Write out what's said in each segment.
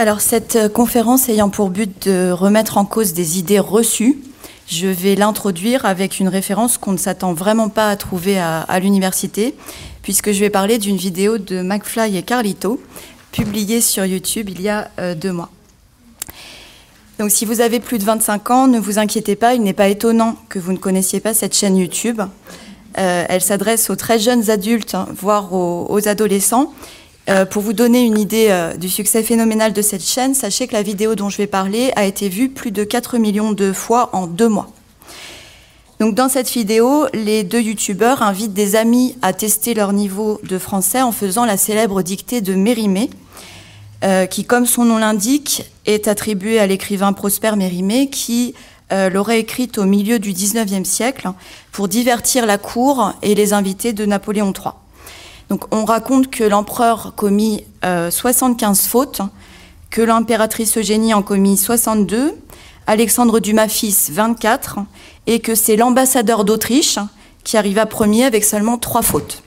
Alors, cette conférence ayant pour but de remettre en cause des idées reçues, je vais l'introduire avec une référence qu'on ne s'attend vraiment pas à trouver à l'université, puisque je vais parler d'une vidéo de McFly et Carlito, publiée sur YouTube il y a 2 mois. Donc, si vous avez plus de 25 ans, ne vous inquiétez pas, il n'est pas étonnant que vous ne connaissiez pas cette chaîne YouTube. Elle s'adresse aux très jeunes adultes, voire aux adolescents. Pour vous donner une idée du succès phénoménal de cette chaîne, sachez que la vidéo dont je vais parler a été vue plus de 4 millions de fois en 2 mois. Donc dans cette vidéo, les 2 youtubeurs invitent des amis à tester leur niveau de français en faisant la célèbre dictée de Mérimée, qui, comme son nom l'indique, est attribuée à l'écrivain Prosper Mérimée, qui l'aurait écrite au milieu du XIXe siècle pour divertir la cour et les invités de Napoléon III. Donc, on raconte que l'empereur commit 75 fautes, que l'impératrice Eugénie en commit 62, Alexandre Dumas fils 24, et que c'est l'ambassadeur d'Autriche qui arriva premier avec seulement 3 fautes.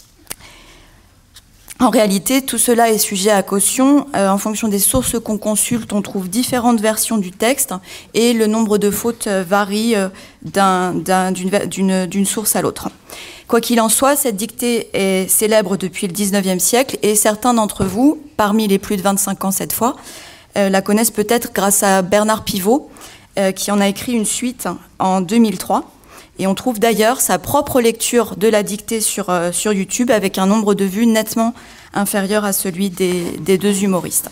En réalité, tout cela est sujet à caution. En fonction des sources qu'on consulte, on trouve différentes versions du texte et le nombre de fautes varie d'une source à l'autre. Quoi qu'il en soit, cette dictée est célèbre depuis le XIXe siècle et certains d'entre vous, parmi les plus de 25 ans cette fois, la connaissent peut-être grâce à Bernard Pivot, qui en a écrit une suite en 2003. Et on trouve d'ailleurs sa propre lecture de la dictée sur YouTube avec un nombre de vues nettement inférieur à celui des 2 humoristes.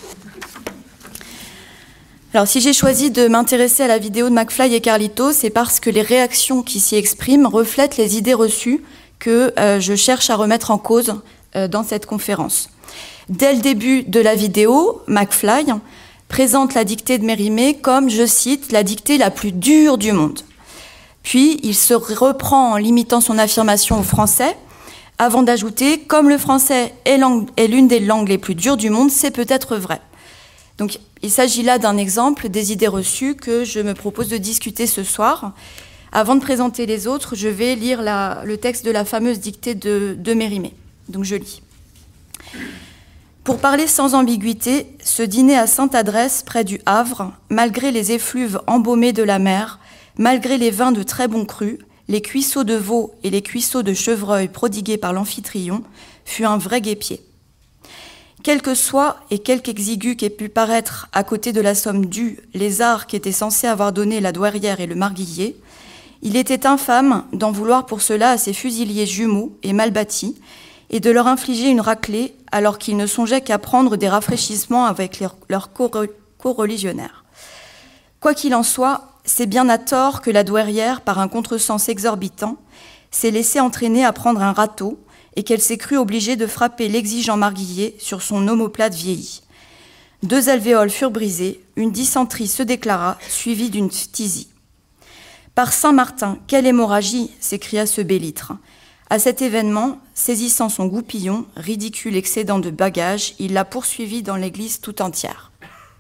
Alors, si j'ai choisi de m'intéresser à la vidéo de McFly et Carlito, c'est parce que les réactions qui s'y expriment reflètent les idées reçues que je cherche à remettre en cause dans cette conférence. Dès le début de la vidéo, McFly présente la dictée de Mérimée comme, je cite, la dictée la plus dure du monde. Puis, il se reprend en limitant son affirmation au français, avant d'ajouter « Comme le français est l'une des langues les plus dures du monde, c'est peut-être vrai ». Donc, il s'agit là d'un exemple des idées reçues que je me propose de discuter ce soir. Avant de présenter les autres, je vais lire le texte de la fameuse dictée de Mérimée. Donc, je lis. Pour parler sans ambiguïté, ce dîner à Sainte-Adresse, près du Havre, malgré les effluves embaumés de la mer, malgré les vins de très bon cru, les cuisseaux de veau et les cuisseaux de chevreuil prodigués par l'amphitryon, fut un vrai guêpier. Quel que soit et quelque exigu qu'ait pu paraître à côté de la somme due les arts qu'étaient censés avoir donné la douairière et le marguillier, il était infâme d'en vouloir pour cela à ces fusiliers jumeaux et mal bâtis, et de leur infliger une raclée alors qu'ils ne songeaient qu'à prendre des rafraîchissements avec leurs co-religionnaires. Quoi qu'il en soit, c'est bien à tort que la douairière, par un contresens exorbitant, s'est laissée entraîner à prendre un râteau et qu'elle s'est crue obligée de frapper l'exigeant marguillier sur son omoplate vieilli. 2 alvéoles furent brisées, une dysenterie se déclara, suivie d'une phtisie. « Par Saint-Martin, quelle hémorragie !» s'écria ce bellitre. À cet événement, saisissant son goupillon, ridicule excédent de bagages, il l'a poursuivi dans l'église tout entière.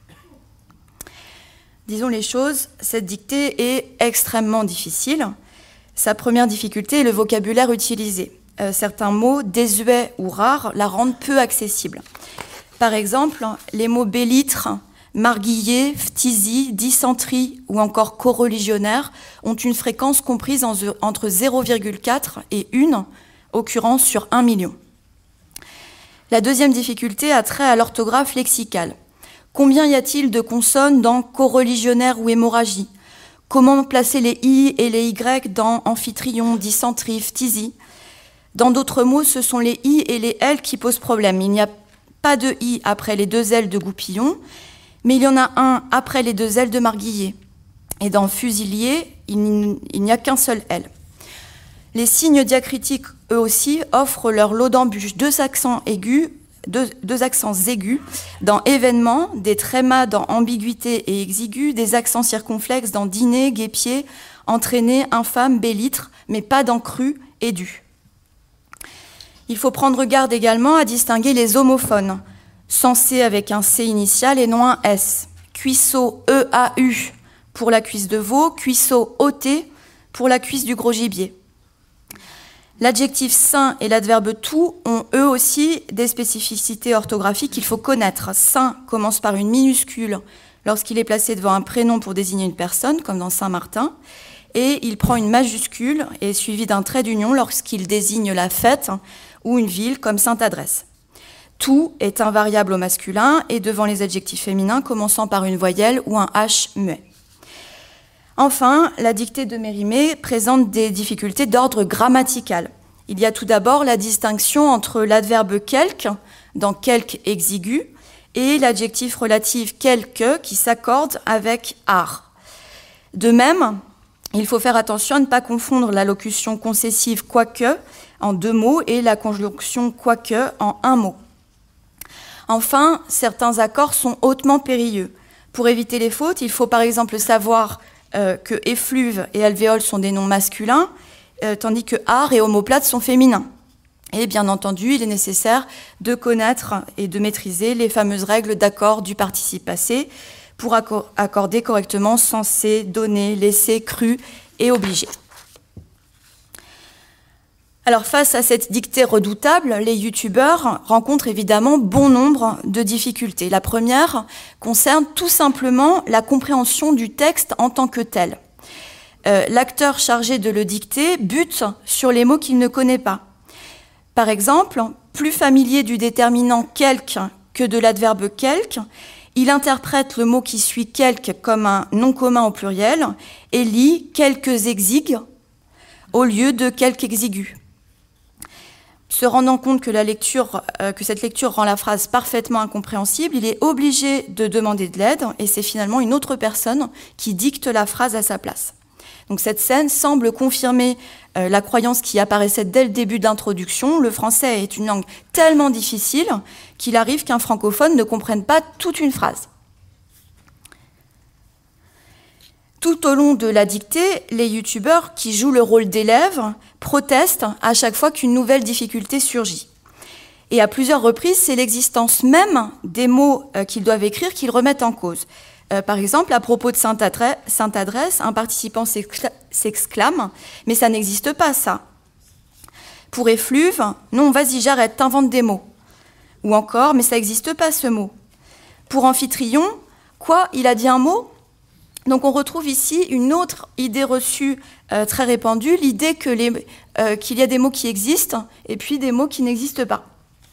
Disons les choses, cette dictée est extrêmement difficile. Sa première difficulté est le vocabulaire utilisé. Certains mots désuets ou rares la rendent peu accessible. Par exemple, les mots bellitre, marguillier, phtisie, dysenterie ou encore coreligionnaire ont une fréquence comprise entre 0,4 et 1 occurrence sur 1 million. La deuxième difficulté a trait à l'orthographe lexicale. Combien y a-t-il de consonnes dans coreligionnaire ou hémorragie? Comment placer les i et les y dans amphitryon, dysenterie, phtisie? Dans d'autres mots, ce sont les i et les l qui posent problème. Il n'y a pas de i après les 2 l de goupillon, mais il y en a un après les 2 l de marguillier. Et dans fusilier, il n'y a qu'un seul l. Les signes diacritiques, eux aussi, offrent leur lot d'embûches. 2 accents aigus dans événement, des trémas dans ambiguïté et exigu, des accents circonflexes dans dîner, guépier, entraîné, infâme, bellitre, mais pas dans cru et dû. Il faut prendre garde également à distinguer les homophones, sensés avec un C initial et non un S. Cuisseau EAU pour la cuisse de veau, cuisseau OT pour la cuisse du gros gibier. L'adjectif sain et l'adverbe tout ont eux aussi des spécificités orthographiques qu'il faut connaître. Saint commence par une minuscule lorsqu'il est placé devant un prénom pour désigner une personne, comme dans Saint-Martin, et il prend une majuscule et est suivi d'un trait d'union lorsqu'il désigne la fête ou une ville, comme Sainte-Adresse. Tout est invariable au masculin et devant les adjectifs féminins commençant par une voyelle ou un H muet. Enfin, la dictée de Mérimée présente des difficultés d'ordre grammatical. Il y a tout d'abord la distinction entre l'adverbe quelque, dans quelque exigu, et l'adjectif relatif quelque qui s'accorde avec art. De même, il faut faire attention à ne pas confondre la locution concessive quoique en 2 mots et la conjonction quoique en 1 mot. Enfin, certains accords sont hautement périlleux. Pour éviter les fautes, il faut par exemple savoir que effluve et alvéole sont des noms masculins, tandis que art et omoplate sont féminins. Et bien entendu, il est nécessaire de connaître et de maîtriser les fameuses règles d'accord du participe passé pour accorder correctement censé, donné, laissé, cru et obligé. Alors face à cette dictée redoutable, les youtubeurs rencontrent évidemment bon nombre de difficultés. La première concerne tout simplement la compréhension du texte en tant que tel. L'acteur chargé de le dicter bute sur les mots qu'il ne connaît pas. Par exemple, plus familier du déterminant quelque que de l'adverbe quelque, il interprète le mot qui suit quelque comme un nom commun au pluriel et lit quelques exigues au lieu de quelque exigu. Se rendant compte que cette lecture rend la phrase parfaitement incompréhensible, il est obligé de demander de l'aide et c'est finalement une autre personne qui dicte la phrase à sa place. Donc cette scène semble confirmer la croyance qui apparaissait dès le début d'introduction. Le français est une langue tellement difficile qu'il arrive qu'un francophone ne comprenne pas toute une phrase. Tout au long de la dictée, les youtubeurs qui jouent le rôle d'élèves protestent à chaque fois qu'une nouvelle difficulté surgit. Et à plusieurs reprises, c'est l'existence même des mots qu'ils doivent écrire qu'ils remettent en cause. Par exemple, à propos de Sainte-Adresse, un participant s'exclame « Mais ça n'existe pas, ça !» Pour effluve, « Non, vas-y, j'arrête, t'inventes des mots !» Ou encore « Mais ça n'existe pas, ce mot !» Pour Amphitryon, « Quoi, il a dit un mot ?» Donc on retrouve ici une autre idée reçue très répandue, l'idée qu'il y a des mots qui existent et puis des mots qui n'existent pas.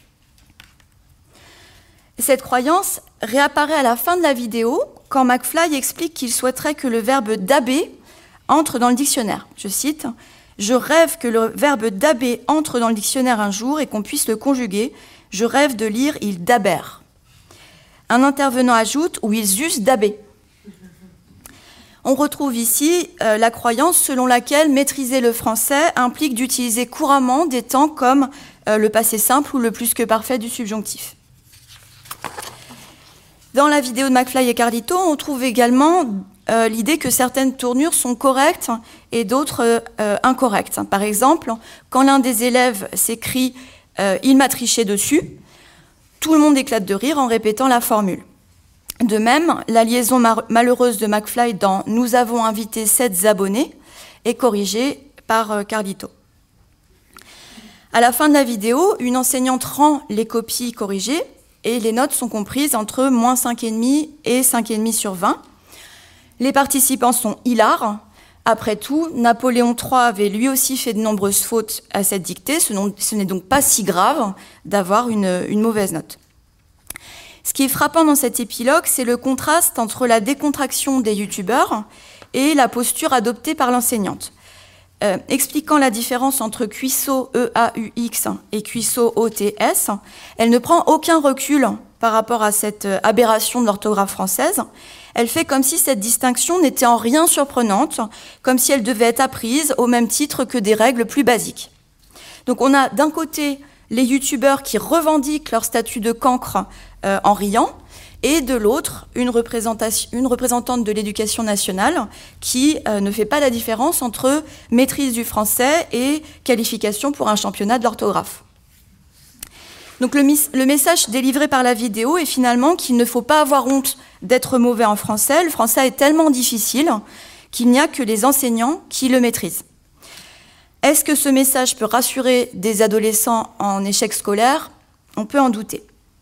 Cette croyance réapparaît à la fin de la vidéo quand McFly explique qu'il souhaiterait que le verbe daber entre dans le dictionnaire. Je cite « Je rêve que le verbe daber entre dans le dictionnaire un jour et qu'on puisse le conjuguer. Je rêve de lire « ils dabèrent ». Un intervenant ajoute « ou ils eussent dabé ». On retrouve ici la croyance selon laquelle maîtriser le français implique d'utiliser couramment des temps comme le passé simple ou le plus que parfait du subjonctif. Dans la vidéo de McFly et Carlito, on trouve également l'idée que certaines tournures sont correctes et d'autres incorrectes. Par exemple, quand l'un des élèves s'écrie « il m'a triché dessus », tout le monde éclate de rire en répétant la formule. De même, la liaison malheureuse de McFly dans « Nous avons invité 7 abonnés » est corrigée par Carlito. À la fin de la vidéo, une enseignante rend les copies corrigées et les notes sont comprises entre -5,5 et 5,5 sur 20. Les participants sont hilars. Après tout, Napoléon III avait lui aussi fait de nombreuses fautes à cette dictée. Ce n'est donc pas si grave d'avoir une mauvaise note. Ce qui est frappant dans cet épilogue, c'est le contraste entre la décontraction des youtubeurs et la posture adoptée par l'enseignante. Expliquant la différence entre Cuissot EAUX et Cuissot OTS, elle ne prend aucun recul par rapport à cette aberration de l'orthographe française. Elle fait comme si cette distinction n'était en rien surprenante, comme si elle devait être apprise au même titre que des règles plus basiques. Donc on a d'un côté les youtubeurs qui revendiquent leur statut de cancre en riant, et de l'autre, une représentante de l'éducation nationale qui ne fait pas la différence entre maîtrise du français et qualification pour un championnat de l'orthographe. Donc le message délivré par la vidéo est finalement qu'il ne faut pas avoir honte d'être mauvais en français. Le français est tellement difficile qu'il n'y a que les enseignants qui le maîtrisent. Est-ce que ce message peut rassurer des adolescents en échec scolaire? On peut en douter.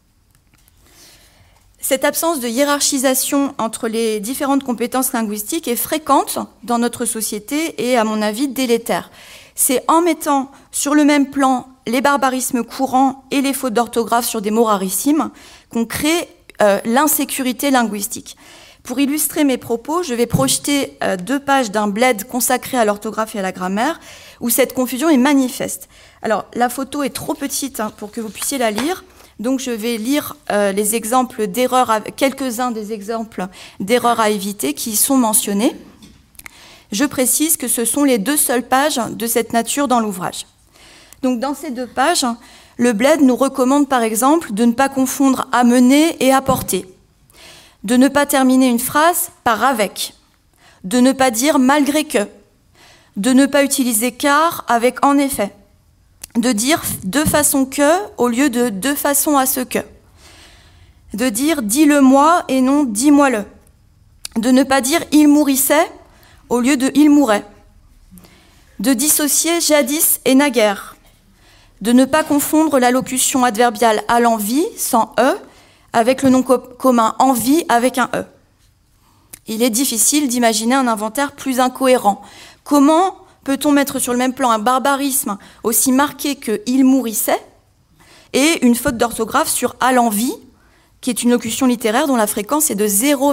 Cette absence de hiérarchisation entre les différentes compétences linguistiques est fréquente dans notre société et, à mon avis, délétère. C'est en mettant sur le même plan les barbarismes courants et les fautes d'orthographe sur des mots rarissimes qu'on crée l'insécurité linguistique. Pour illustrer mes propos, je vais projeter 2 pages d'un bled consacré à l'orthographe et à la grammaire, où cette confusion est manifeste. Alors, la photo est trop petite pour que vous puissiez la lire, donc je vais lire les exemples d'erreurs, quelques-uns des exemples d'erreurs à éviter qui y sont mentionnés. Je précise que ce sont les 2 seules pages de cette nature dans l'ouvrage. Donc, dans ces 2 pages, le bled nous recommande par exemple de ne pas confondre amener et apporter, de ne pas terminer une phrase par avec, de ne pas dire malgré que, de ne pas utiliser car avec en effet, de dire de façon que au lieu de façon à ce que, de dire dis-le-moi et non dis-moi-le, de ne pas dire il mourissait au lieu de il mourait, de dissocier jadis et naguère, de ne pas confondre la locution adverbiale à l'envie sans e avec le nom commun envie avec un e. Il est difficile d'imaginer un inventaire plus incohérent. Comment peut-on mettre sur le même plan un barbarisme aussi marqué que « il mourissait » et une faute d'orthographe sur « à l'envie », qui est une locution littéraire dont la fréquence est de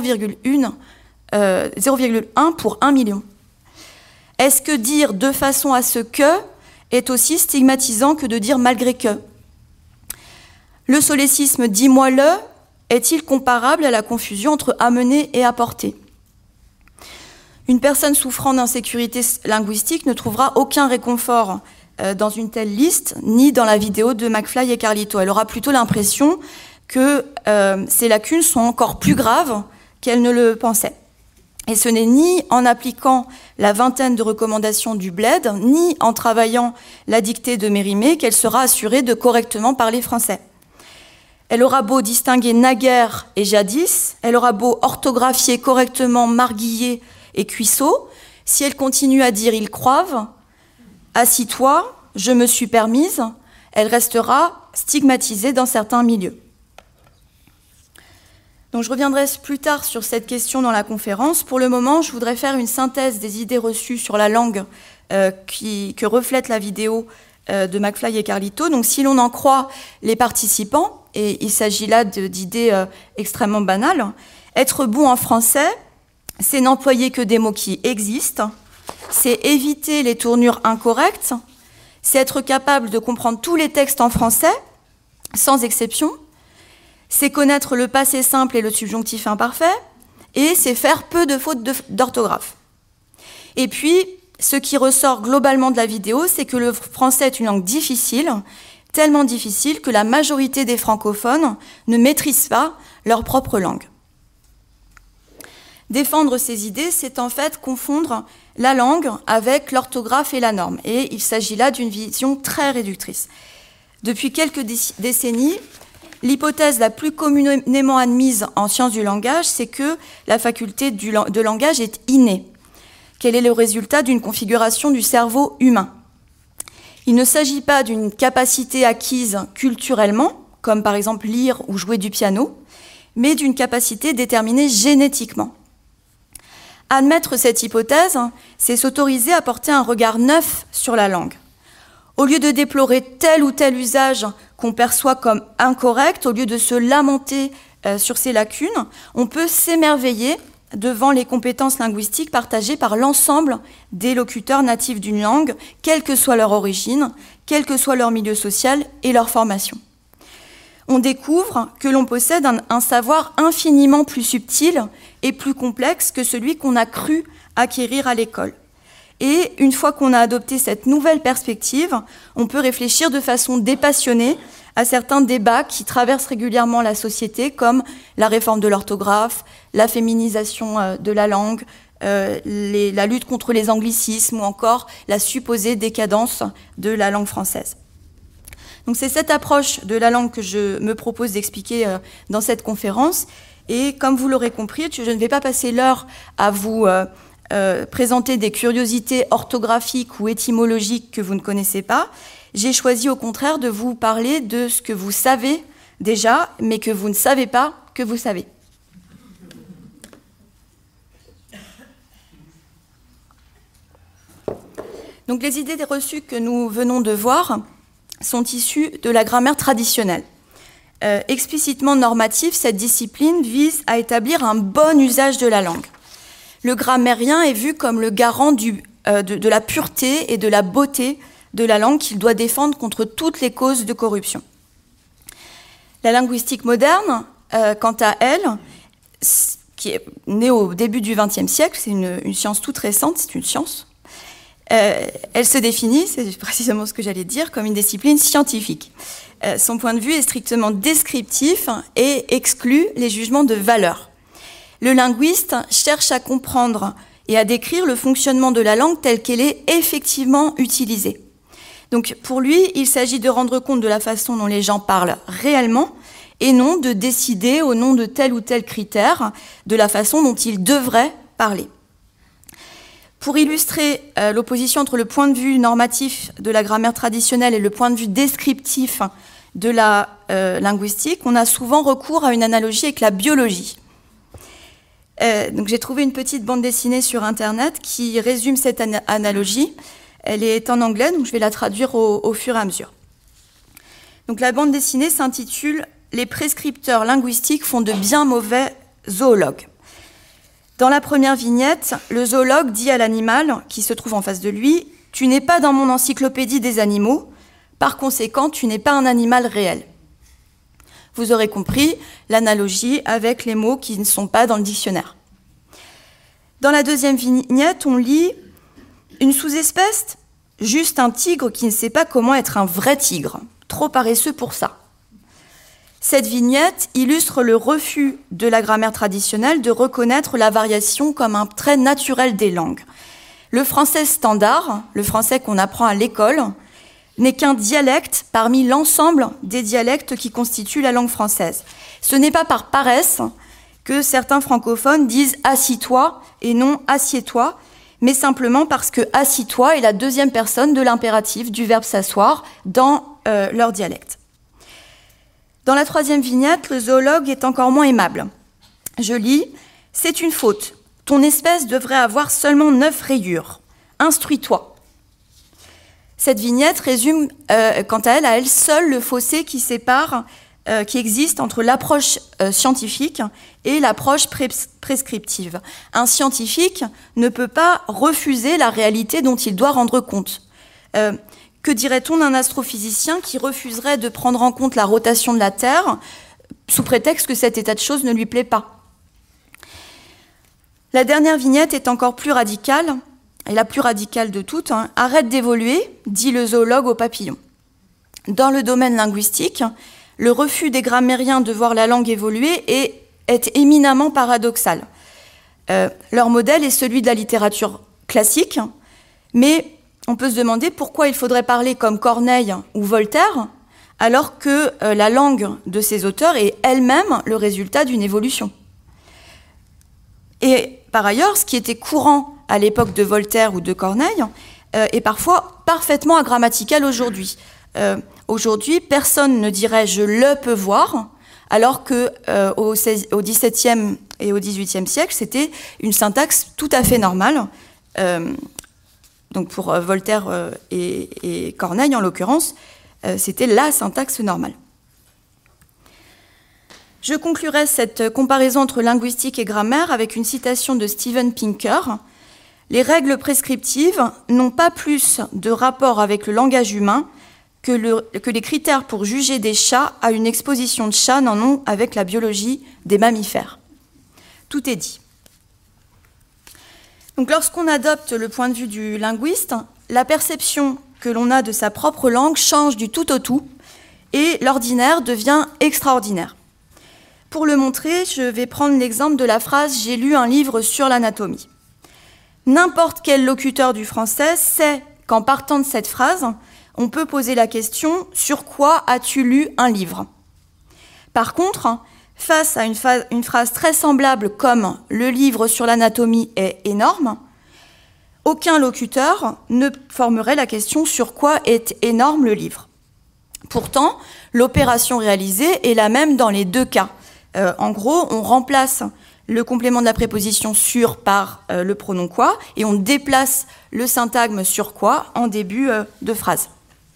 0,1 pour 1 million. Est-ce que dire « de façon à ce que » est aussi stigmatisant que de dire « malgré que ». Le solécisme « dis-moi-le » est-il comparable à la confusion entre « amener » et « apporter » ? Une personne souffrant d'insécurité linguistique ne trouvera aucun réconfort dans une telle liste, ni dans la vidéo de McFly et Carlito. Elle aura plutôt l'impression que ces lacunes sont encore plus graves qu'elle ne le pensait. Et ce n'est ni en appliquant la vingtaine de recommandations du bled, ni en travaillant la dictée de Mérimée qu'elle sera assurée de correctement parler français. Elle aura beau distinguer naguère et jadis, elle aura beau orthographier correctement Marguillet et Cuissot, si elle continue à dire « ils croivent »,« assis-toi »,« je me suis permise », elle restera stigmatisée dans certains milieux. Donc je reviendrai plus tard sur cette question dans la conférence. Pour le moment, je voudrais faire une synthèse des idées reçues sur la langue que reflète la vidéo de McFly et Carlito. Donc si l'on en croit les participants, et il s'agit là d'idées extrêmement banales, être bon en français, c'est n'employer que des mots qui existent, c'est éviter les tournures incorrectes, c'est être capable de comprendre tous les textes en français, sans exception, c'est connaître le passé simple et le subjonctif imparfait, et c'est faire peu de fautes d'orthographe. Et puis, ce qui ressort globalement de la vidéo, c'est que le français est une langue difficile, tellement difficile que la majorité des francophones ne maîtrisent pas leur propre langue. Défendre ces idées, c'est en fait confondre la langue avec l'orthographe et la norme. Et il s'agit là d'une vision très réductrice. Depuis quelques décennies, l'hypothèse la plus communément admise en sciences du langage, c'est que la faculté de langage est innée. Quel est le résultat d'une configuration du cerveau humain ? Il ne s'agit pas d'une capacité acquise culturellement, comme par exemple lire ou jouer du piano, mais d'une capacité déterminée génétiquement. Admettre cette hypothèse, c'est s'autoriser à porter un regard neuf sur la langue. Au lieu de déplorer tel ou tel usage qu'on perçoit comme incorrect, au lieu de se lamenter sur ses lacunes, on peut s'émerveiller devant les compétences linguistiques partagées par l'ensemble des locuteurs natifs d'une langue, quelle que soit leur origine, quel que soit leur milieu social et leur formation. On découvre que l'on possède un savoir infiniment plus subtil et plus complexe que celui qu'on a cru acquérir à l'école. Et une fois qu'on a adopté cette nouvelle perspective, on peut réfléchir de façon dépassionnée à certains débats qui traversent régulièrement la société, comme la réforme de l'orthographe, la féminisation de la langue, la lutte contre les anglicismes ou encore la supposée décadence de la langue française. Donc c'est cette approche de la langue que je me propose d'expliquer dans cette conférence. Et comme vous l'aurez compris, je ne vais pas passer l'heure à vous présenter des curiosités orthographiques ou étymologiques que vous ne connaissez pas. J'ai choisi au contraire de vous parler de ce que vous savez déjà, mais que vous ne savez pas que vous savez. Donc les idées reçues que nous venons de voir sont issues de la grammaire traditionnelle. Explicitement normative, cette discipline vise à établir un bon usage de la langue. Le grammairien est vu comme le garant de la pureté et de la beauté de la langue qu'il doit défendre contre toutes les causes de corruption. La linguistique moderne, quant à elle, qui est née au début du XXe siècle, c'est une science toute récente, c'est une science, elle se définit, c'est précisément ce que j'allais dire, comme une discipline scientifique. Son point de vue est strictement descriptif et exclut les jugements de valeur. Le linguiste cherche à comprendre et à décrire le fonctionnement de la langue telle qu'elle est effectivement utilisée. Donc pour lui, il s'agit de rendre compte de la façon dont les gens parlent réellement et non de décider au nom de tel ou tel critère de la façon dont ils devraient parler. Pour illustrer l'opposition entre le point de vue normatif de la grammaire traditionnelle et le point de vue descriptif de la linguistique, on a souvent recours à une analogie avec la biologie. Donc j'ai trouvé une petite bande dessinée sur Internet qui résume cette analogie. Elle est en anglais, donc je vais la traduire au fur et à mesure. Donc la bande dessinée s'intitule « Les prescripteurs linguistiques font de bien mauvais zoologues ». Dans la première vignette, le zoologue dit à l'animal qui se trouve en face de lui « Tu n'es pas dans mon encyclopédie des animaux, par conséquent, tu n'es pas un animal réel ». Vous aurez compris l'analogie avec les mots qui ne sont pas dans le dictionnaire. Dans la deuxième vignette, on lit « Une sous-espèce, juste un tigre qui ne sait pas comment être un vrai tigre, trop paresseux pour ça ». Cette vignette illustre le refus de la grammaire traditionnelle de reconnaître la variation comme un trait naturel des langues. Le français standard, le français qu'on apprend à l'école, n'est qu'un dialecte parmi l'ensemble des dialectes qui constituent la langue française. Ce n'est pas par paresse que certains francophones disent « assis-toi » et non « assieds-toi », mais simplement parce que « assis-toi » est la deuxième personne de l'impératif du verbe « s'asseoir » dans leur dialecte. Dans la troisième vignette, le zoologue est encore moins aimable. Je lis « C'est une faute. Ton espèce devrait avoir seulement 9 rayures. Instruis-toi. » Cette vignette résume, quant à elle seule, le fossé qui existe entre l'approche scientifique et l'approche prescriptive. Un scientifique ne peut pas refuser la réalité dont il doit rendre compte. Que dirait-on d'un astrophysicien qui refuserait de prendre en compte la rotation de la Terre sous prétexte que cet état de choses ne lui plaît pas ? La dernière vignette est encore plus radicale, et la plus radicale de toutes. Arrête d'évoluer, dit le zoologue au papillon. Dans le domaine linguistique, le refus des grammairiens de voir la langue évoluer est éminemment paradoxal. Leur modèle est celui de la littérature classique, mais on peut se demander pourquoi il faudrait parler comme Corneille ou Voltaire, alors que la langue de ces auteurs est elle-même le résultat d'une évolution. Et par ailleurs, ce qui était courant à l'époque de Voltaire ou de Corneille est parfois parfaitement agrammatical aujourd'hui. Aujourd'hui, personne ne dirait « je le peux voir », alors qu'au XVIIe et au XVIIIe siècle, c'était une syntaxe tout à fait normale. Donc pour Voltaire et Corneille, en l'occurrence, c'était la syntaxe normale. Je conclurai cette comparaison entre linguistique et grammaire avec une citation de Steven Pinker. « Les règles prescriptives n'ont pas plus de rapport avec le langage humain que les critères pour juger des chats à une exposition de chats n'en ont avec la biologie des mammifères. » Tout est dit. Donc, lorsqu'on adopte le point de vue du linguiste, la perception que l'on a de sa propre langue change du tout au tout et l'ordinaire devient extraordinaire. Pour le montrer, je vais prendre l'exemple de la phrase « J'ai lu un livre sur l'anatomie ». N'importe quel locuteur du français sait qu'en partant de cette phrase, on peut poser la question « Sur quoi as-tu lu un livre ?» Par contre, face à une phrase très semblable comme « Le livre sur l'anatomie est énorme », aucun locuteur ne formerait la question sur quoi est énorme le livre. Pourtant, l'opération réalisée est la même dans les deux cas. En gros, on remplace le complément de la préposition sur par le pronom quoi et on déplace le syntagme sur quoi en début de phrase.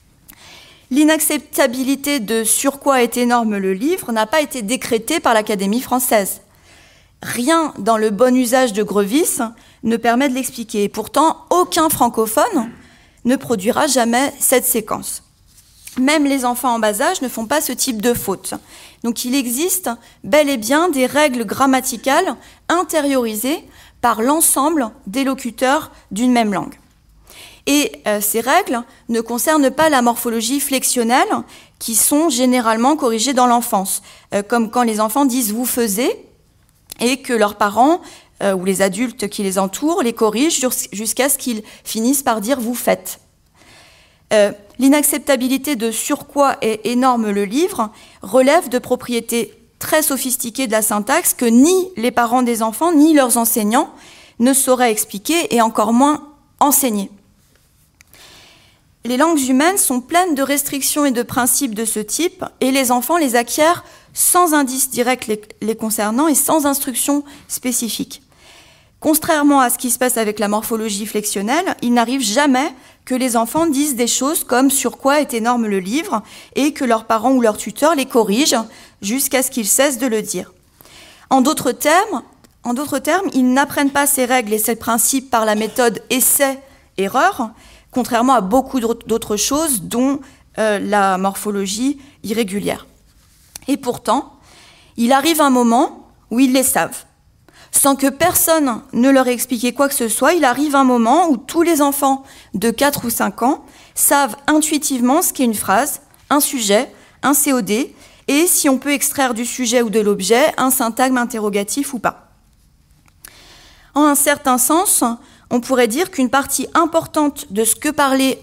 L'inacceptabilité de sur quoi est énorme le livre n'a pas été décrétée par l'Académie française. Rien dans le bon usage de Grevisse ne permet de l'expliquer. Et pourtant, aucun francophone ne produira jamais cette séquence. Même les enfants en bas âge ne font pas ce type de faute. Donc il existe bel et bien des règles grammaticales intériorisées par l'ensemble des locuteurs d'une même langue. Et ces règles ne concernent pas la morphologie flexionnelle qui sont généralement corrigées dans l'enfance, comme quand les enfants disent « vous faisiez » et que leurs parents ou les adultes qui les entourent les corrigent jusqu'à ce qu'ils finissent par dire « vous faites ». L'inacceptabilité de sur quoi est énorme le livre relève de propriétés très sophistiquées de la syntaxe que ni les parents des enfants ni leurs enseignants ne sauraient expliquer et encore moins enseigner. Les langues humaines sont pleines de restrictions et de principes de ce type et les enfants les acquièrent sans indice direct les concernant et sans instruction spécifique. Contrairement à ce qui se passe avec la morphologie flexionnelle, il n'arrive jamais que les enfants disent des choses comme « sur quoi est énorme le livre » et que leurs parents ou leurs tuteurs les corrigent jusqu'à ce qu'ils cessent de le dire. En d'autres termes, ils n'apprennent pas ces règles et ces principes par la méthode essai-erreur, contrairement à beaucoup d'autres choses, dont la morphologie irrégulière. Et pourtant, il arrive un moment où ils les savent. Sans que personne ne leur ait expliqué quoi que ce soit, il arrive un moment où tous les enfants de 4 ou 5 ans savent intuitivement ce qu'est une phrase, un sujet, un COD, et si on peut extraire du sujet ou de l'objet un syntagme interrogatif ou pas. En un certain sens, on pourrait dire qu'une partie importante de ce que parler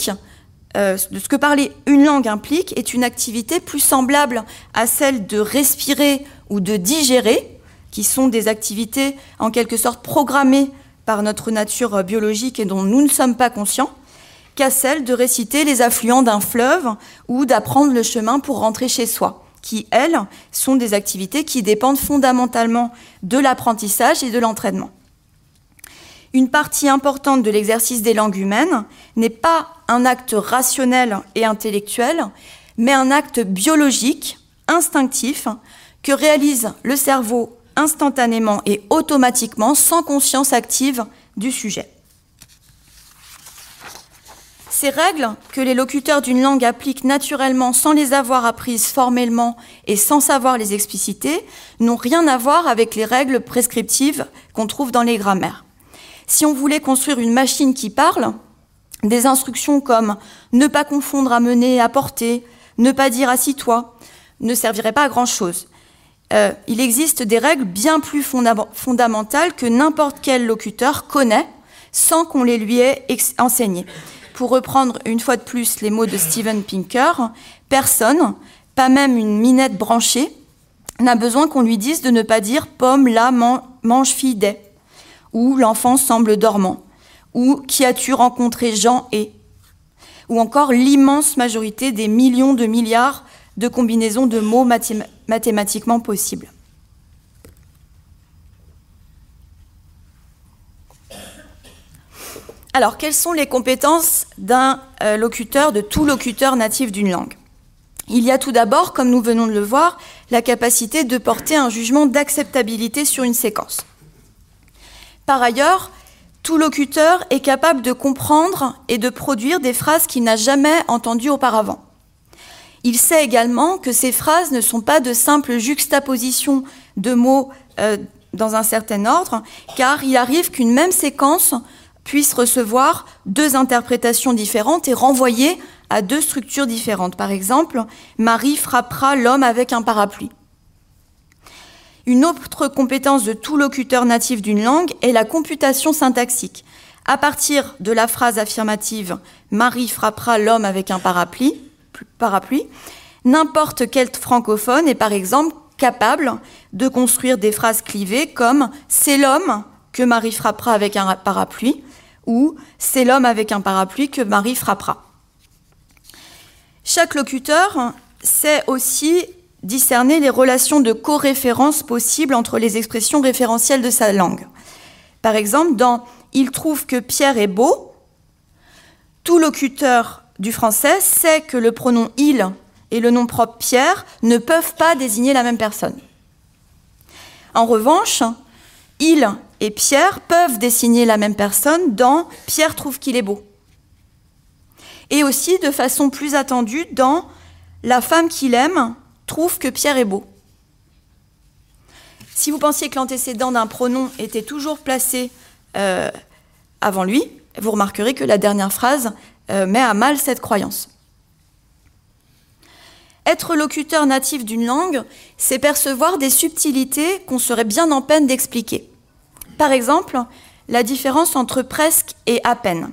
une langue implique est une activité plus semblable à celle de respirer ou de digérer, qui sont des activités en quelque sorte programmées par notre nature biologique et dont nous ne sommes pas conscients, qu'à celle de réciter les affluents d'un fleuve ou d'apprendre le chemin pour rentrer chez soi, qui, elles, sont des activités qui dépendent fondamentalement de l'apprentissage et de l'entraînement. Une partie importante de l'exercice des langues humaines n'est pas un acte rationnel et intellectuel, mais un acte biologique, instinctif, que réalise le cerveau instantanément et automatiquement, sans conscience active du sujet. Ces règles, que les locuteurs d'une langue appliquent naturellement sans les avoir apprises formellement et sans savoir les expliciter, n'ont rien à voir avec les règles prescriptives qu'on trouve dans les grammaires. Si on voulait construire une machine qui parle, des instructions comme « ne pas confondre amener et apporter »,« ne pas dire assis-toi » ne serviraient pas à grand-chose. Il existe des règles bien plus fondamentales que n'importe quel locuteur connaît sans qu'on les lui ait enseignées. Pour reprendre une fois de plus les mots de Steven Pinker, personne, pas même une minette branchée, n'a besoin qu'on lui dise de ne pas dire « pomme, là, mange, fille, des » ou « l'enfant semble dormant » ou « qui as-tu rencontré Jean et » ou encore l'immense majorité des millions de milliards de combinaisons de mots mathématiquement possibles. Alors, quelles sont les compétences d'un locuteur, de tout locuteur natif d'une langue ? Il y a tout d'abord, comme nous venons de le voir, la capacité de porter un jugement d'acceptabilité sur une séquence. Par ailleurs, tout locuteur est capable de comprendre et de produire des phrases qu'il n'a jamais entendues auparavant. Il sait également que ces phrases ne sont pas de simples juxtapositions de mots dans un certain ordre, car il arrive qu'une même séquence puisse recevoir deux interprétations différentes et renvoyer à deux structures différentes. Par exemple, Marie frappera l'homme avec un parapluie. Une autre compétence de tout locuteur natif d'une langue est la computation syntaxique. À partir de la phrase affirmative « Marie frappera l'homme avec un parapluie », n'importe quel francophone est par exemple capable de construire des phrases clivées comme « c'est l'homme que Marie frappera avec un parapluie » ou c'est l'homme avec un parapluie que Marie frappera. Chaque locuteur sait aussi discerner les relations de coréférence possibles entre les expressions référentielles de sa langue. Par exemple, dans « Il trouve que Pierre est beau », tout locuteur du français sait que le pronom « il » et le nom propre « Pierre » ne peuvent pas désigner la même personne. En revanche, « il » et « Pierre » peuvent désigner la même personne dans « Pierre trouve qu'il est beau ». Et aussi, de façon plus attendue, dans « La femme qu'il aime trouve que Pierre est beau ». Si vous pensiez que l'antécédent d'un pronom était toujours placé avant lui, vous remarquerez que la dernière phrase met à mal cette croyance. Être locuteur natif d'une langue, c'est percevoir des subtilités qu'on serait bien en peine d'expliquer. Par exemple, la différence entre presque et à peine.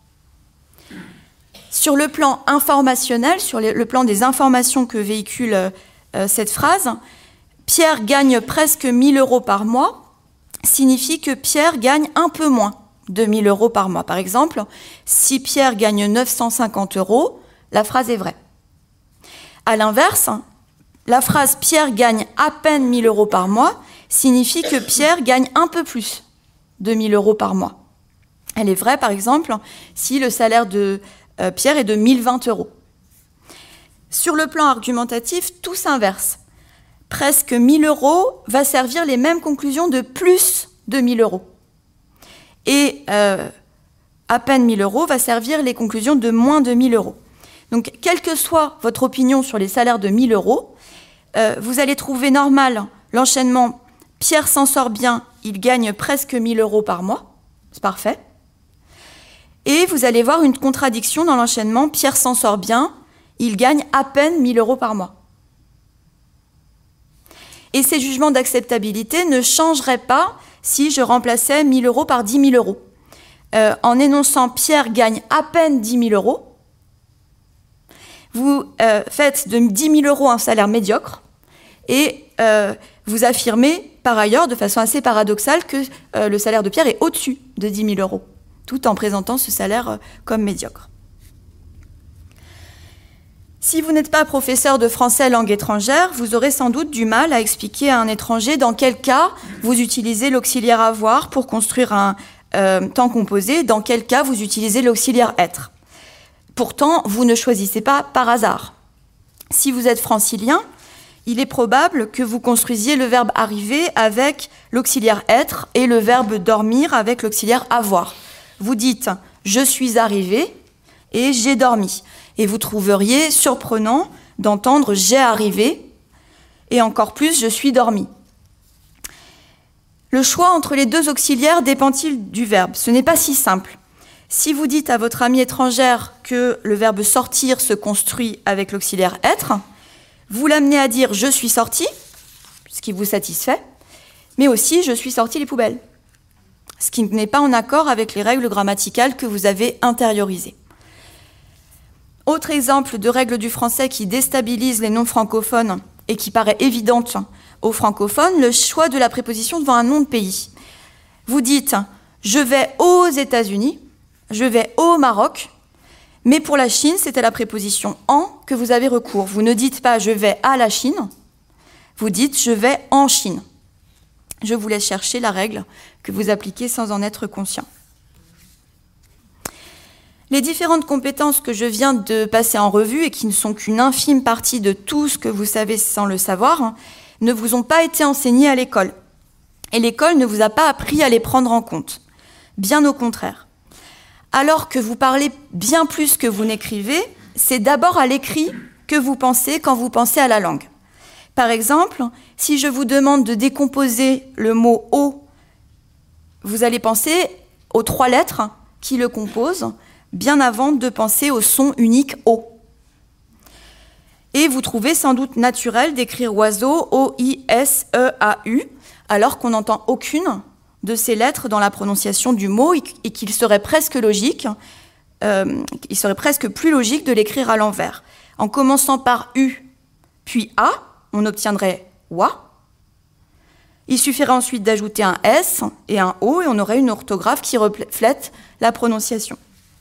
Sur le plan informationnel, sur le plan des informations que véhicule cette phrase, Pierre gagne presque 1 000 € par mois, signifie que Pierre gagne un peu moins de 1 000 € par mois. Par exemple, si Pierre gagne 950 €, la phrase est vraie. À l'inverse, la phrase « Pierre gagne à peine 1 000 € par mois » signifie que Pierre gagne un peu plus de 1 000 € par mois. Elle est vraie, par exemple, si le salaire de Pierre est de 1 020 €. Sur le plan argumentatif, tout s'inverse. Presque 1 000 € va servir les mêmes conclusions de plus de 1 000 €. Et à peine 1 000 € va servir les conclusions de moins de 1 000 €. Donc, quelle que soit votre opinion sur les salaires de 1 000 €, vous allez trouver normal l'enchaînement « Pierre s'en sort bien, il gagne presque 1 000 € par mois ». C'est parfait. Et vous allez voir une contradiction dans l'enchaînement « Pierre s'en sort bien, il gagne à peine 1 000 € par mois ». Et ces jugements d'acceptabilité ne changeraient pas si je remplaçais 1 000 € par 10 000 €. En énonçant « Pierre gagne à peine 10 000 €, vous faites de 10 000 € un salaire médiocre et vous affirmez par ailleurs, de façon assez paradoxale, que le salaire de Pierre est au-dessus de 10 000 €, tout en présentant ce salaire comme médiocre. Si vous n'êtes pas professeur de français langue étrangère, vous aurez sans doute du mal à expliquer à un étranger dans quel cas vous utilisez l'auxiliaire avoir pour construire un temps composé, dans quel cas vous utilisez l'auxiliaire être. Pourtant, vous ne choisissez pas par hasard. Si vous êtes francilien, il est probable que vous construisiez le verbe arriver avec l'auxiliaire être et le verbe dormir avec l'auxiliaire avoir. Vous dites « je suis arrivé » et « j'ai dormi ». Et vous trouveriez surprenant d'entendre « j'ai arrivé » et encore plus « je suis dormi ». Le choix entre les deux auxiliaires dépend-il du verbe? Ce n'est pas si simple. Si vous dites à votre amie étrangère que le verbe « sortir » se construit avec l'auxiliaire « être », vous l'amenez à dire « je suis sorti », ce qui vous satisfait, mais aussi « je suis sorti les poubelles », ce qui n'est pas en accord avec les règles grammaticales que vous avez intériorisées. Autre exemple de règle du français qui déstabilise les non-francophones et qui paraît évidente aux francophones, le choix de la préposition devant un nom de pays. Vous dites « je vais aux États-Unis », « je vais au Maroc », mais pour la Chine, c'est à la préposition « en » que vous avez recours. Vous ne dites pas « je vais à la Chine », vous dites « je vais en Chine ». Je vous laisse chercher la règle que vous appliquez sans en être conscient. Les différentes compétences que je viens de passer en revue et qui ne sont qu'une infime partie de tout ce que vous savez sans le savoir, ne vous ont pas été enseignées à l'école. Et l'école ne vous a pas appris à les prendre en compte. Bien au contraire. Alors que vous parlez bien plus que vous n'écrivez, c'est d'abord à l'écrit que vous pensez quand vous pensez à la langue. Par exemple, si je vous demande de décomposer le mot « au », vous allez penser aux 3 lettres qui le composent, bien avant de penser au son unique « o ». Et vous trouvez sans doute naturel d'écrire oiseau O-I-S-E-A-U, alors qu'on n'entend aucune de ces lettres dans la prononciation du mot et qu'il serait presque logique, il serait presque plus logique de l'écrire à l'envers. En commençant par U, puis A, on obtiendrait wa. Il suffirait ensuite d'ajouter un S et un O et on aurait une orthographe qui reflète la prononciation.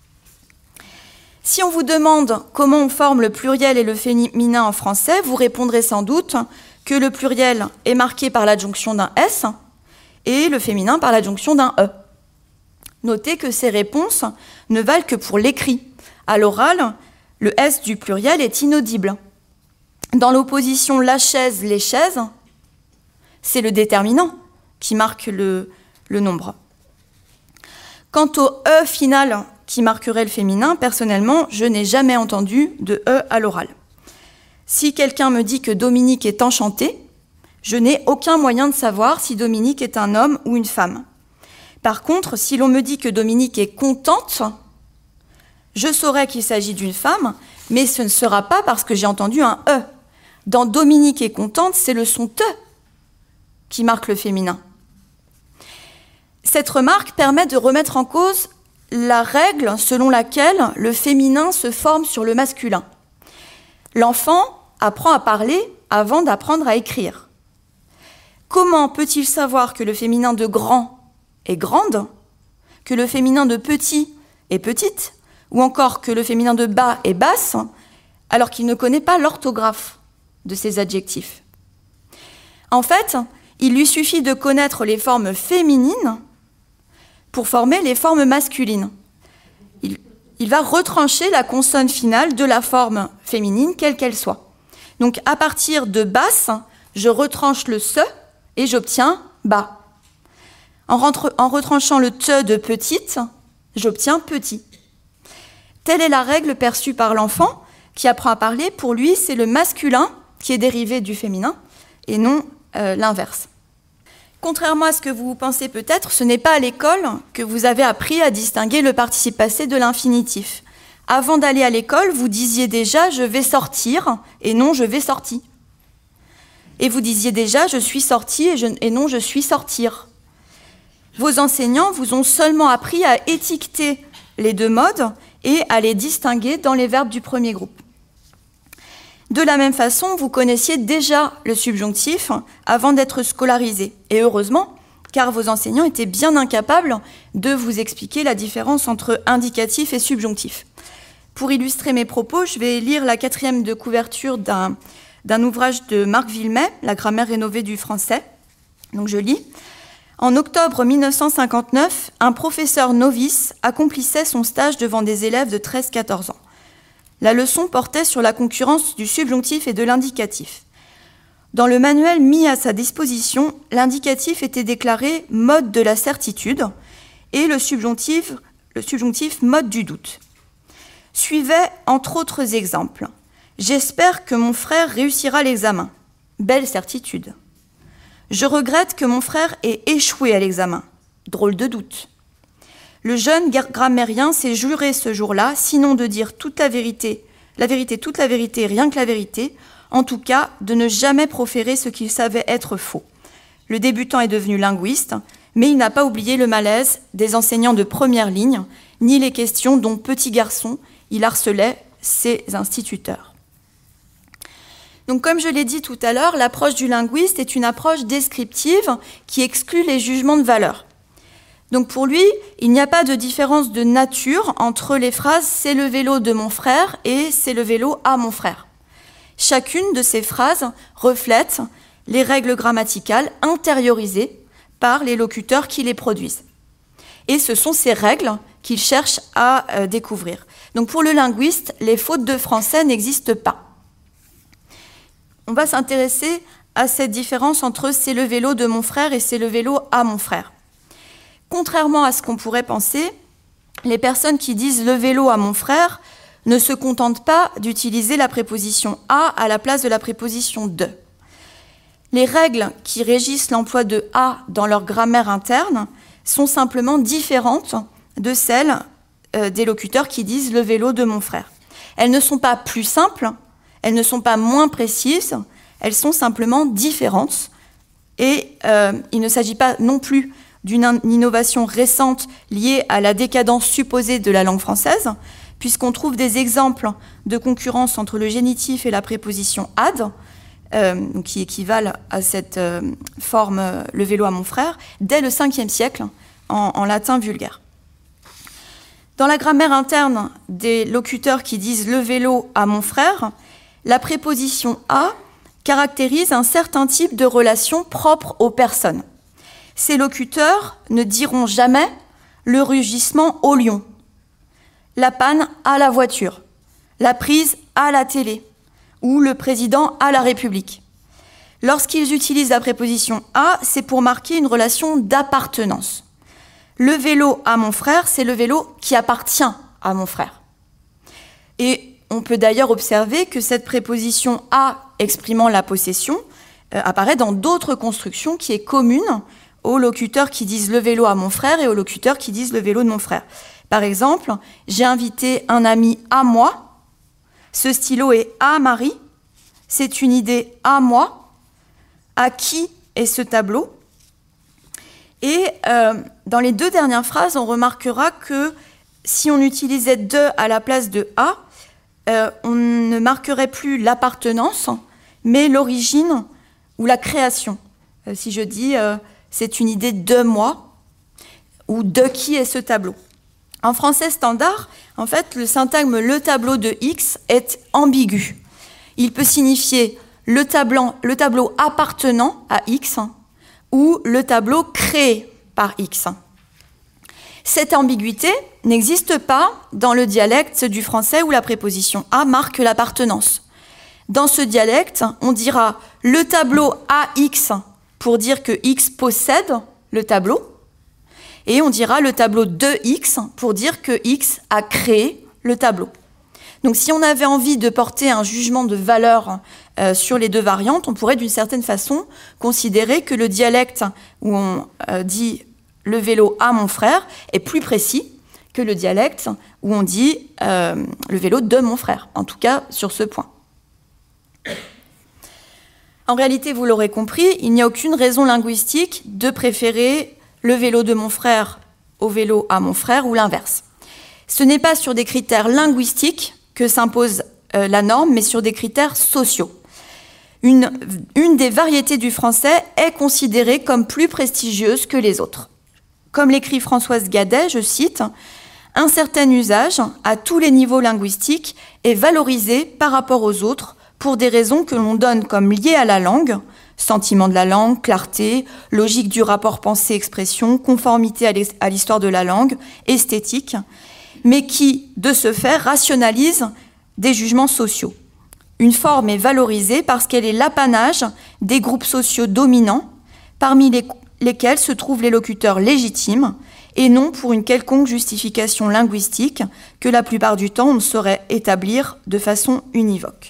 Si on vous demande comment on forme le pluriel et le féminin en français, vous répondrez sans doute que le pluriel est marqué par l'adjonction d'un S et le féminin par l'adjonction d'un E. Notez que ces réponses ne valent que pour l'écrit. À l'oral, le S du pluriel est inaudible. Dans l'opposition la chaise, les chaises, c'est le déterminant qui marque le nombre. Quant au E final qui marquerait le féminin, personnellement, je n'ai jamais entendu de E à l'oral. Si quelqu'un me dit que Dominique est enchantée, je n'ai aucun moyen de savoir si Dominique est un homme ou une femme. Par contre, si l'on me dit que Dominique est contente, je saurai qu'il s'agit d'une femme, mais ce ne sera pas parce que j'ai entendu un E. Dans Dominique est contente, c'est le son T qui marque le féminin. Cette remarque permet de remettre en cause la règle selon laquelle le féminin se forme sur le masculin. L'enfant apprend à parler avant d'apprendre à écrire. Comment peut-il savoir que le féminin de grand est grande, que le féminin de petit est petite, ou encore que le féminin de bas est basse, alors qu'il ne connaît pas l'orthographe de ces adjectifs? En fait, il lui suffit de connaître les formes féminines pour former les formes masculines. Il va retrancher la consonne finale de la forme féminine, quelle qu'elle soit. Donc, à partir de basse, je retranche le se et j'obtiens bas. En retranchant le te de petite, j'obtiens petit. Telle est la règle perçue par l'enfant qui apprend à parler. Pour lui, c'est le masculin qui est dérivé du féminin et non l'inverse. Contrairement à ce que vous pensez peut-être, ce n'est pas à l'école que vous avez appris à distinguer le participe passé de l'infinitif. Avant d'aller à l'école, vous disiez déjà « je vais sortir » et non « je vais sortir ». Et vous disiez déjà « je suis sorti » et non « je suis sortir ». Vos enseignants vous ont seulement appris à étiqueter les deux modes et à les distinguer dans les verbes du premier groupe. De la même façon, vous connaissiez déjà le subjonctif avant d'être scolarisé. Et heureusement, car vos enseignants étaient bien incapables de vous expliquer la différence entre indicatif et subjonctif. Pour illustrer mes propos, je vais lire la 4e de couverture d'un ouvrage de Marc Villemet, La grammaire rénovée du français. Donc je lis. En octobre 1959, un professeur novice accomplissait son stage devant des élèves de 13-14 ans. La leçon portait sur la concurrence du subjonctif et de l'indicatif. Dans le manuel mis à sa disposition, l'indicatif était déclaré « mode de la certitude » et le subjonctif « mode du doute ». Suivait entre autres exemples. « J'espère que mon frère réussira l'examen. Belle certitude. Je regrette que mon frère ait échoué à l'examen. Drôle de doute. Le jeune grammairien s'est juré ce jour-là, sinon de dire toute la vérité, toute la vérité, rien que la vérité, en tout cas de ne jamais proférer ce qu'il savait être faux. Le débutant est devenu linguiste, mais il n'a pas oublié le malaise des enseignants de première ligne, ni les questions dont, petit garçon, il harcelait ses instituteurs. Donc, comme je l'ai dit tout à l'heure, l'approche du linguiste est une approche descriptive qui exclut les jugements de valeur. Donc pour lui, il n'y a pas de différence de nature entre les phrases « c'est le vélo de mon frère » et « c'est le vélo à mon frère ». Chacune de ces phrases reflète les règles grammaticales intériorisées par les locuteurs qui les produisent. Et ce sont ces règles qu'il cherche à découvrir. Donc pour le linguiste, les fautes de français n'existent pas. On va s'intéresser à cette différence entre « c'est le vélo de mon frère » et « c'est le vélo à mon frère ». Contrairement à ce qu'on pourrait penser, les personnes qui disent « le vélo à mon frère » ne se contentent pas d'utiliser la préposition « à la place de la préposition « de ». Les règles qui régissent l'emploi de « à » dans leur grammaire interne sont simplement différentes de celles des locuteurs qui disent « le vélo de mon frère ». Elles ne sont pas plus simples, elles ne sont pas moins précises, elles sont simplement différentes. Et il ne s'agit pas non plus d'une innovation récente liée à la décadence supposée de la langue française, puisqu'on trouve des exemples de concurrence entre le génitif et la préposition « ad », qui équivalent à cette forme « le vélo à mon frère », dès le 5e siècle, en latin vulgaire. Dans la grammaire interne des locuteurs qui disent « le vélo à mon frère », la préposition « à » caractérise un certain type de relation propre aux personnes. Ces locuteurs ne diront jamais le rugissement au lion, la panne à la voiture, la prise à la télé ou le président à la République. Lorsqu'ils utilisent la préposition « à », c'est pour marquer une relation d'appartenance. Le vélo à mon frère, c'est le vélo qui appartient à mon frère. Et on peut d'ailleurs observer que cette préposition « à » exprimant la possession apparaît dans d'autres constructions qui est commune aux locuteurs qui disent « le vélo à mon frère » et aux locuteurs qui disent « le vélo de mon frère ». Par exemple, j'ai invité un ami à moi, ce stylo est à Marie, c'est une idée à moi, à qui est ce tableau ? Et dans les deux dernières phrases, on remarquera que si on utilisait de à la place de à, on ne marquerait plus l'appartenance, mais l'origine ou la création. Si je dis c'est une idée de moi ou de qui est ce tableau. En français standard, en fait, le syntagme « le tableau de X » est ambigu. Il peut signifier le tableau appartenant à X ou le tableau créé par X. Cette ambiguïté n'existe pas dans le dialecte du français où la préposition « à » marque l'appartenance. Dans ce dialecte, on dira « le tableau AX » pour dire que X possède le tableau, et on dira le tableau de X pour dire que X a créé le tableau. Donc si on avait envie de porter un jugement de valeur sur les deux variantes, on pourrait d'une certaine façon considérer que le dialecte où on dit le vélo à mon frère est plus précis que le dialecte où on dit le vélo de mon frère, en tout cas sur ce point. En réalité, vous l'aurez compris, il n'y a aucune raison linguistique de préférer le vélo de mon frère au vélo à mon frère ou l'inverse. Ce n'est pas sur des critères linguistiques que s'impose la norme, mais sur des critères sociaux. Une des variétés du français est considérée comme plus prestigieuse que les autres. Comme l'écrit Françoise Gadet, je cite, « Un certain usage, à tous les niveaux linguistiques, est valorisé par rapport aux autres pour des raisons que l'on donne comme liées à la langue, sentiment de la langue, clarté, logique du rapport pensée-expression, conformité à l'histoire de la langue, esthétique, mais qui, de ce fait, rationalise des jugements sociaux. Une forme est valorisée parce qu'elle est l'apanage des groupes sociaux dominants, parmi lesquels se trouvent les locuteurs légitimes, et non pour une quelconque justification linguistique que la plupart du temps on ne saurait établir de façon univoque.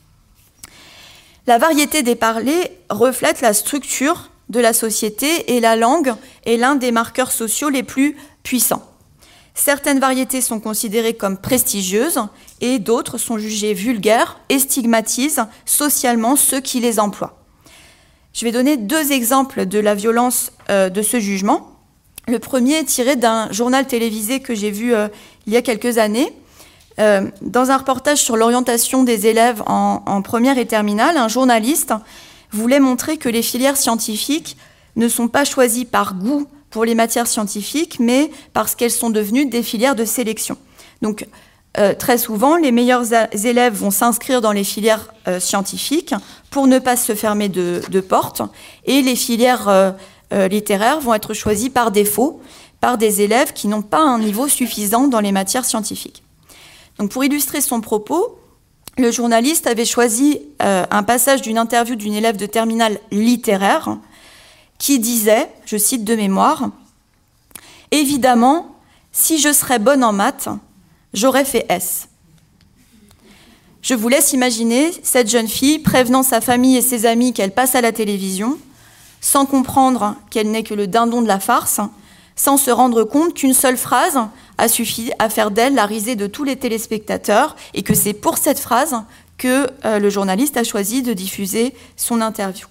La variété des parlers reflète la structure de la société et la langue est l'un des marqueurs sociaux les plus puissants. Certaines variétés sont considérées comme prestigieuses et d'autres sont jugées vulgaires et stigmatisent socialement ceux qui les emploient. Je vais donner deux exemples de la violence de ce jugement. Le premier est tiré d'un journal télévisé que j'ai vu il y a quelques années. Dans un reportage sur l'orientation des élèves en première et terminale, un journaliste voulait montrer que les filières scientifiques ne sont pas choisies par goût pour les matières scientifiques, mais parce qu'elles sont devenues des filières de sélection. Donc, très souvent, les meilleurs élèves vont s'inscrire dans les filières scientifiques pour ne pas se fermer de porte, et les filières littéraires vont être choisies par défaut par des élèves qui n'ont pas un niveau suffisant dans les matières scientifiques. Donc, pour illustrer son propos, le journaliste avait choisi un passage d'une interview d'une élève de terminale littéraire qui disait, je cite de mémoire, « Évidemment, si je serais bonne en maths, j'aurais fait S. » Je vous laisse imaginer cette jeune fille prévenant sa famille et ses amis qu'elle passe à la télévision, sans comprendre qu'elle n'est que le dindon de la farce, sans se rendre compte qu'une seule phrase a suffi à faire d'elle la risée de tous les téléspectateurs et que c'est pour cette phrase que le journaliste a choisi de diffuser son interview.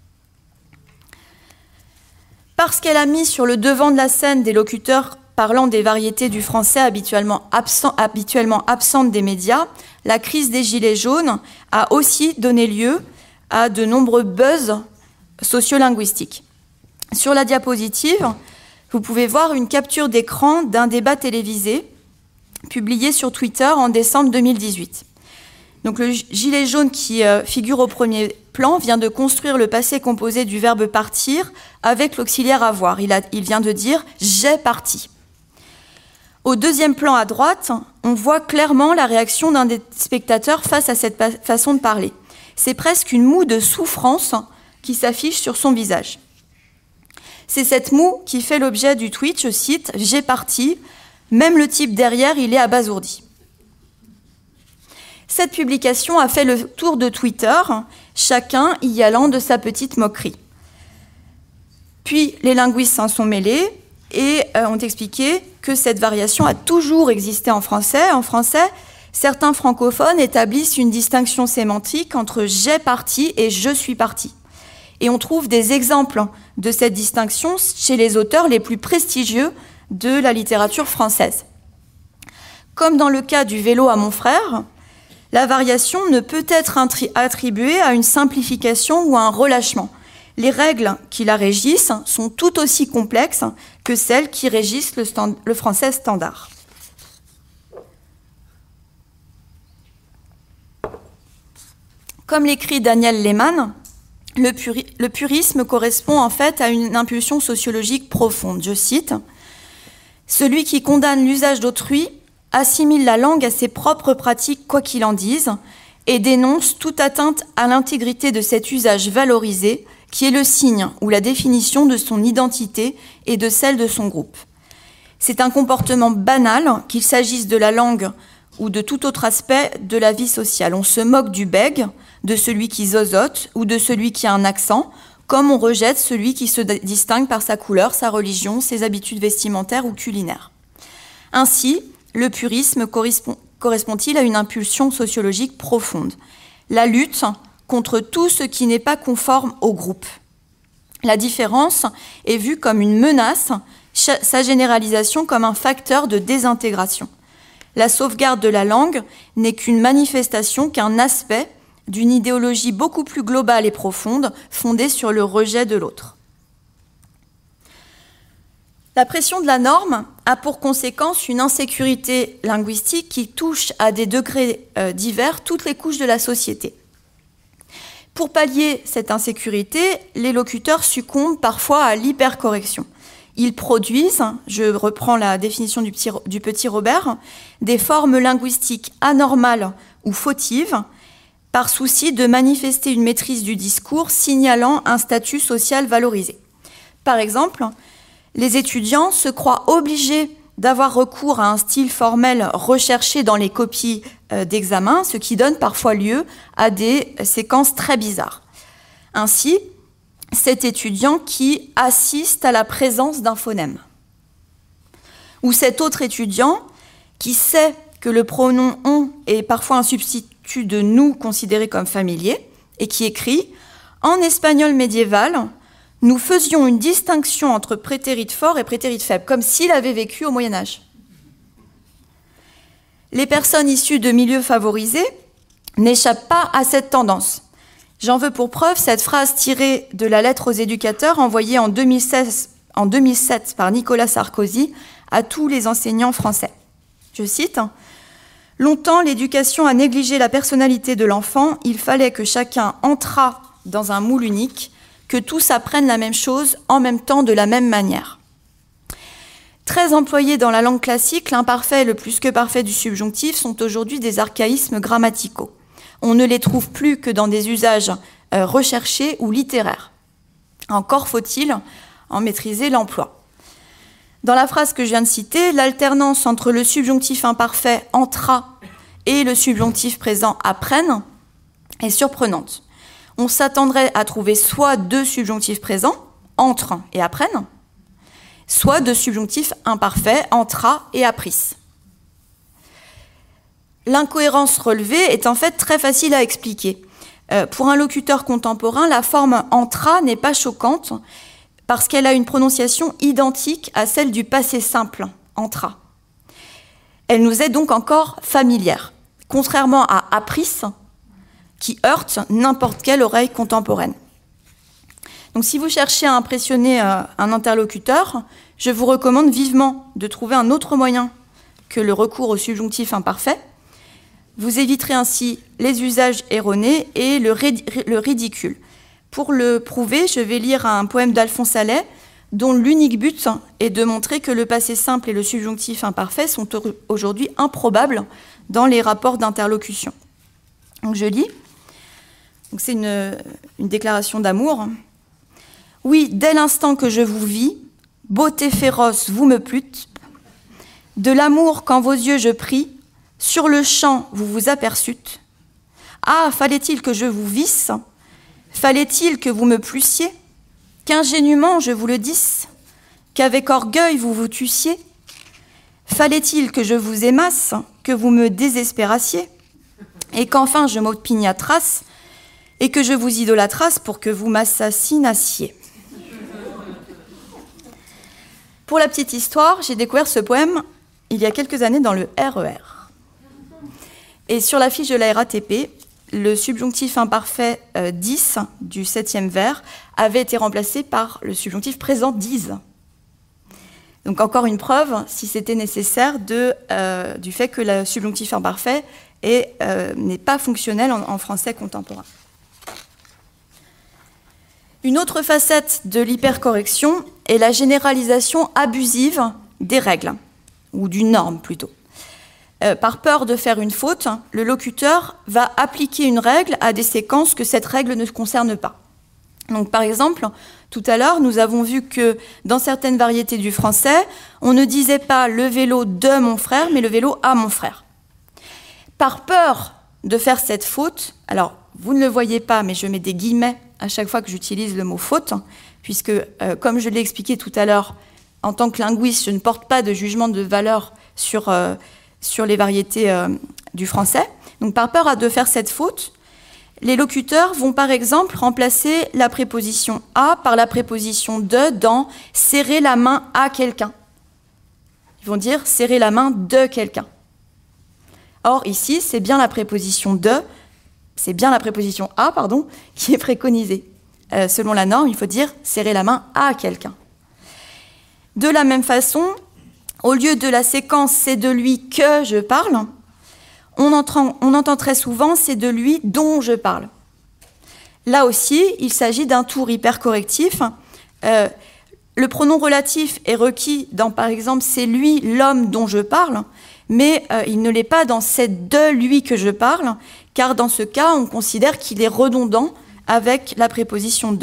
Parce qu'elle a mis sur le devant de la scène des locuteurs parlant des variétés du français habituellement absentes des médias, la crise des Gilets jaunes a aussi donné lieu à de nombreux buzz sociolinguistiques. Sur la diapositive, vous pouvez voir une capture d'écran d'un débat télévisé publié sur Twitter en décembre 2018. Donc le gilet jaune qui figure au premier plan vient de construire le passé composé du verbe partir avec l'auxiliaire avoir. Il vient de dire « j'ai parti ». Au deuxième plan à droite, on voit clairement la réaction d'un des spectateurs face à cette façon de parler. C'est presque une moue de souffrance qui s'affiche sur son visage. C'est cette moue qui fait l'objet du tweet, je cite « j'ai parti ». Même le type derrière, il est abasourdi. Cette publication a fait le tour de Twitter, chacun y allant de sa petite moquerie. Puis les linguistes s'en sont mêlés et ont expliqué que cette variation a toujours existé en français. En français, certains francophones établissent une distinction sémantique entre « j'ai parti » et « je suis parti ». Et on trouve des exemples de cette distinction chez les auteurs les plus prestigieux de la littérature française. Comme dans le cas du vélo à mon frère, la variation ne peut être attribuée à une simplification ou à un relâchement. Les règles qui la régissent sont tout aussi complexes que celles qui régissent le français standard. Comme l'écrit Daniel Lehmann, le purisme correspond en fait à une impulsion sociologique profonde. Je cite « Celui qui condamne l'usage d'autrui assimile la langue à ses propres pratiques quoi qu'il en dise et dénonce toute atteinte à l'intégrité de cet usage valorisé qui est le signe ou la définition de son identité et de celle de son groupe. C'est un comportement banal, qu'il s'agisse de la langue ou de tout autre aspect de la vie sociale. On se moque du bègue, de celui qui zozote ou de celui qui a un accent, comme on rejette celui qui se distingue par sa couleur, sa religion, ses habitudes vestimentaires ou culinaires. Ainsi, le purisme correspond-il à une impulsion sociologique profonde, la lutte contre tout ce qui n'est pas conforme au groupe. La différence est vue comme une menace, sa généralisation comme un facteur de désintégration. La sauvegarde de la langue n'est qu'une manifestation, qu'un aspect d'une idéologie beaucoup plus globale et profonde, fondée sur le rejet de l'autre. La pression de la norme a pour conséquence une insécurité linguistique qui touche à des degrés divers toutes les couches de la société. Pour pallier cette insécurité, les locuteurs succombent parfois à l'hypercorrection. Ils produisent, je reprends la définition du petit Robert, des formes linguistiques anormales ou fautives par souci de manifester une maîtrise du discours signalant un statut social valorisé. Par exemple, les étudiants se croient obligés d'avoir recours à un style formel recherché dans les copies d'examen, ce qui donne parfois lieu à des séquences très bizarres. Ainsi, cet étudiant qui assiste à la présence d'un phonème. Ou cet autre étudiant qui sait que le pronom « on » est parfois un substitut de « nous » considéré comme familier, et qui écrit « En espagnol médiéval, nous faisions une distinction entre prétérit fort et prétérit faible, comme s'il avait vécu au Moyen-Âge. » Les personnes issues de milieux favorisés n'échappent pas à cette tendance. J'en veux pour preuve cette phrase tirée de la lettre aux éducateurs envoyée en 2007 par Nicolas Sarkozy à tous les enseignants français. Je cite « Longtemps, l'éducation a négligé la personnalité de l'enfant. Il fallait que chacun entrât dans un moule unique, que tous apprennent la même chose en même temps de la même manière. » Très employés dans la langue classique, l'imparfait et le plus que parfait du subjonctif sont aujourd'hui des archaïsmes grammaticaux. On ne les trouve plus que dans des usages recherchés ou littéraires. Encore faut-il en maîtriser l'emploi. Dans la phrase que je viens de citer, l'alternance entre le subjonctif imparfait « entra » et le subjonctif présent « apprennent » est surprenante. On s'attendrait à trouver soit deux subjonctifs présents, « entrent » et « apprennent », soit deux subjonctifs imparfaits, « entra » et « apprissent ». L'incohérence relevée est en fait très facile à expliquer. Pour un locuteur contemporain, la forme « entra » n'est pas choquante parce qu'elle a une prononciation identique à celle du passé simple « entra ». Elle nous est donc encore familière. Contrairement à « apprissent », qui heurte n'importe quelle oreille contemporaine. Donc si vous cherchez à impressionner un interlocuteur, je vous recommande vivement de trouver un autre moyen que le recours au subjonctif imparfait. Vous éviterez ainsi les usages erronés et le ridicule. Pour le prouver, je vais lire un poème d'Alphonse Allais, dont l'unique but est de montrer que le passé simple et le subjonctif imparfait sont aujourd'hui improbables dans les rapports d'interlocution. Donc je lis. Donc c'est une déclaration d'amour. Oui, dès l'instant que je vous vis, beauté féroce, vous me plûtes. De l'amour qu'en vos yeux je prie, sur le champ vous vous aperçûtes. Ah, fallait-il que je vous visse? Fallait-il que vous me plussiez? Qu'ingénument je vous le disse? Qu'avec orgueil vous vous tussiez? Fallait-il que je vous aimasse? Que vous me désespérassiez? Et qu'enfin je m'opiniâtrasse et que je vous idolâtrasse pour que vous m'assassinassiez. Pour la petite histoire, j'ai découvert ce poème il y a quelques années dans le RER. Et sur la fiche de la RATP, le subjonctif imparfait 10 du 7e vers avait été remplacé par le subjonctif présent 10. Donc encore une preuve, si c'était nécessaire, du fait que le subjonctif imparfait n'est pas fonctionnel en français contemporain. Une autre facette de l'hypercorrection est la généralisation abusive des règles, ou d'une norme plutôt. Par peur de faire une faute, le locuteur va appliquer une règle à des séquences que cette règle ne concerne pas. Donc, par exemple, tout à l'heure, nous avons vu que dans certaines variétés du français, on ne disait pas le vélo de mon frère, mais le vélo à mon frère. Par peur de faire cette faute, alors vous ne le voyez pas, mais je mets des guillemets à chaque fois que j'utilise le mot faute, puisque, comme je l'ai expliqué tout à l'heure, en tant que linguiste, je ne porte pas de jugement de valeur sur les variétés du français. Donc, par peur de faire cette faute, les locuteurs vont par exemple remplacer la préposition « à » par la préposition « de » dans « serrer la main à quelqu'un ». Ils vont dire « serrer la main de quelqu'un ». Or, ici, c'est bien la préposition « de », c'est bien la préposition « à », pardon, qui est préconisée. Selon la norme, il faut dire « serrer la main à quelqu'un ». De la même façon, au lieu de la séquence « c'est de lui que je parle », on entend très souvent « c'est de lui dont je parle ». Là aussi, il s'agit d'un tour hypercorrectif. Le pronom relatif est requis dans, par exemple, « c'est lui l'homme dont je parle », mais il ne l'est pas dans « c'est de lui que je parle », car dans ce cas, on considère qu'il est redondant avec la préposition « de ».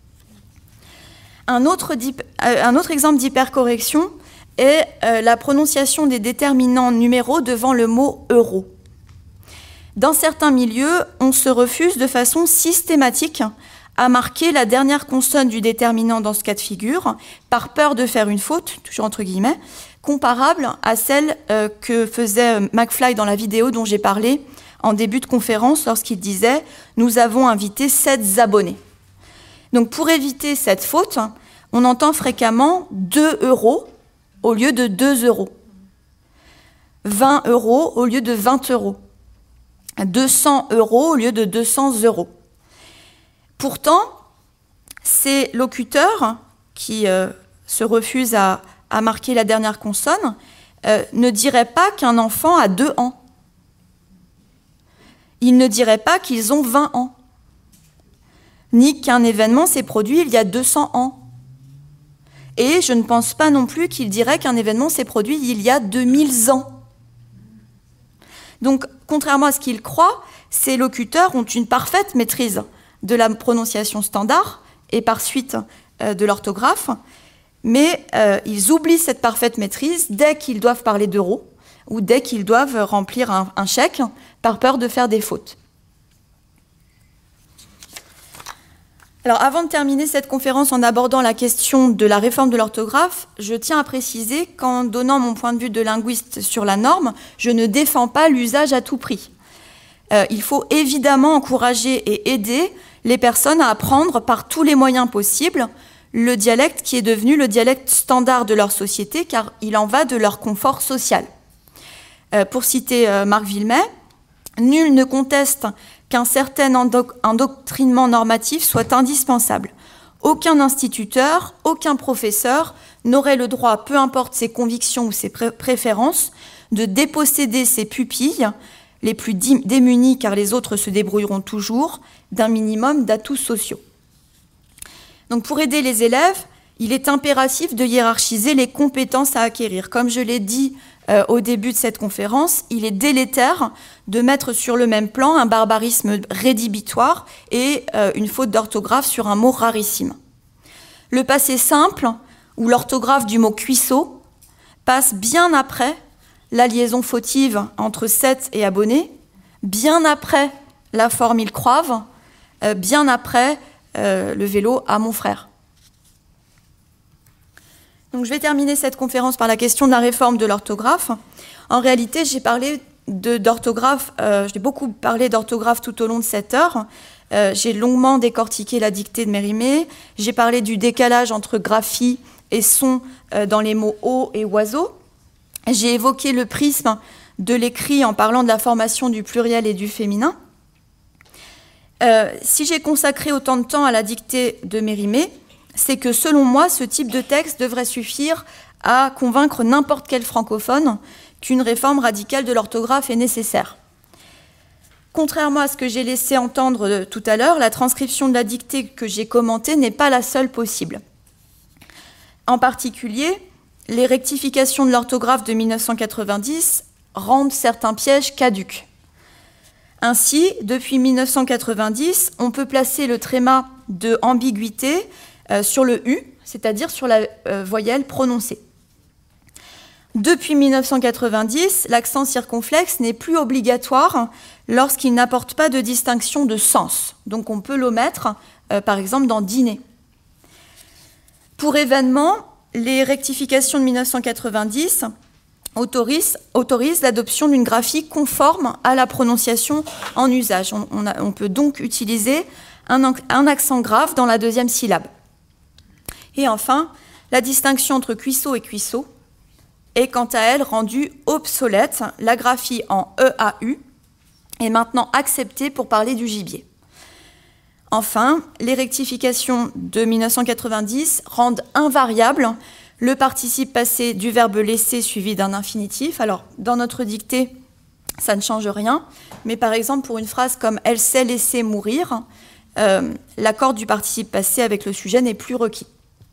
Un autre exemple d'hypercorrection est la prononciation des déterminants numéraux devant le mot « euro ». Dans certains milieux, on se refuse de façon systématique à marquer la dernière consonne du déterminant dans ce cas de figure, par peur de faire une faute, toujours entre guillemets, comparable à celle que faisait McFly dans la vidéo dont j'ai parlé en début de conférence lorsqu'il disait « Nous avons invité 7 abonnés ». Donc pour éviter cette faute, on entend fréquemment 2 euros au lieu de 2 euros, 20 euros au lieu de 20 euros, 200 euros au lieu de 200 euros. Pourtant, ces locuteurs qui se refusent à marquer la dernière consonne ne diraient pas qu'un enfant a 2 ans. Ils ne diraient pas qu'ils ont 20 ans, ni qu'un événement s'est produit il y a 200 ans. Et je ne pense pas non plus qu'ils diraient qu'un événement s'est produit il y a 2000 ans. Donc, contrairement à ce qu'ils croient, ces locuteurs ont une parfaite maîtrise de la prononciation standard et par suite de l'orthographe, mais ils oublient cette parfaite maîtrise dès qu'ils doivent parler d'euros ou dès qu'ils doivent remplir un chèque par peur de faire des fautes. Alors, avant de terminer cette conférence en abordant la question de la réforme de l'orthographe, je tiens à préciser qu'en donnant mon point de vue de linguiste sur la norme, je ne défends pas l'usage à tout prix. Il faut évidemment encourager et aider les personnes à apprendre par tous les moyens possibles le dialecte qui est devenu le dialecte standard de leur société, car il en va de leur confort social. Pour citer Marc Villemet, nul ne conteste qu'un certain endoctrinement normatif soit indispensable. Aucun instituteur, aucun professeur n'aurait le droit, peu importe ses convictions ou ses préférences, de déposséder ses pupilles, les plus démunis car les autres se débrouilleront toujours, d'un minimum d'atouts sociaux. Donc pour aider les élèves, il est impératif de hiérarchiser les compétences à acquérir. Comme je l'ai dit au début de cette conférence, il est délétère de mettre sur le même plan un barbarisme rédhibitoire et une faute d'orthographe sur un mot rarissime. Le passé simple, ou l'orthographe du mot cuisseau, passe bien après la liaison fautive entre 7 et abonné, bien après la forme il croive, bien après le vélo à mon frère. Donc je vais terminer cette conférence par la question de la réforme de l'orthographe. En réalité, j'ai beaucoup parlé d'orthographe tout au long de cette heure. J'ai longuement décortiqué la dictée de Mérimée. J'ai parlé du décalage entre graphie et son dans les mots eau et oiseau. J'ai évoqué le prisme de l'écrit en parlant de la formation du pluriel et du féminin. Si j'ai consacré autant de temps à la dictée de Mérimée, c'est que selon moi, ce type de texte devrait suffire à convaincre n'importe quel francophone qu'une réforme radicale de l'orthographe est nécessaire. Contrairement à ce que j'ai laissé entendre tout à l'heure, la transcription de la dictée que j'ai commentée n'est pas la seule possible. En particulier, les rectifications de l'orthographe de 1990 rendent certains pièges caducs. Ainsi, depuis 1990, on peut placer le tréma de ambiguïté sur le U, c'est-à-dire sur la voyelle prononcée. Depuis 1990, l'accent circonflexe n'est plus obligatoire lorsqu'il n'apporte pas de distinction de sens. Donc on peut l'omettre, par exemple, dans dîner. Pour événement, les rectifications de 1990 autorisent l'adoption d'une graphie conforme à la prononciation en usage. On peut donc utiliser un accent grave dans la deuxième syllabe. Et enfin, la distinction entre cuisseau et cuisseau est quant à elle rendue obsolète. La graphie en EAU est maintenant acceptée pour parler du gibier. Enfin, les rectifications de 1990 rendent invariable le participe passé du verbe laisser suivi d'un infinitif. Alors, dans notre dictée, ça ne change rien, mais par exemple, pour une phrase comme « elle s'est laissée mourir », l'accord du participe passé avec le sujet n'est plus requis.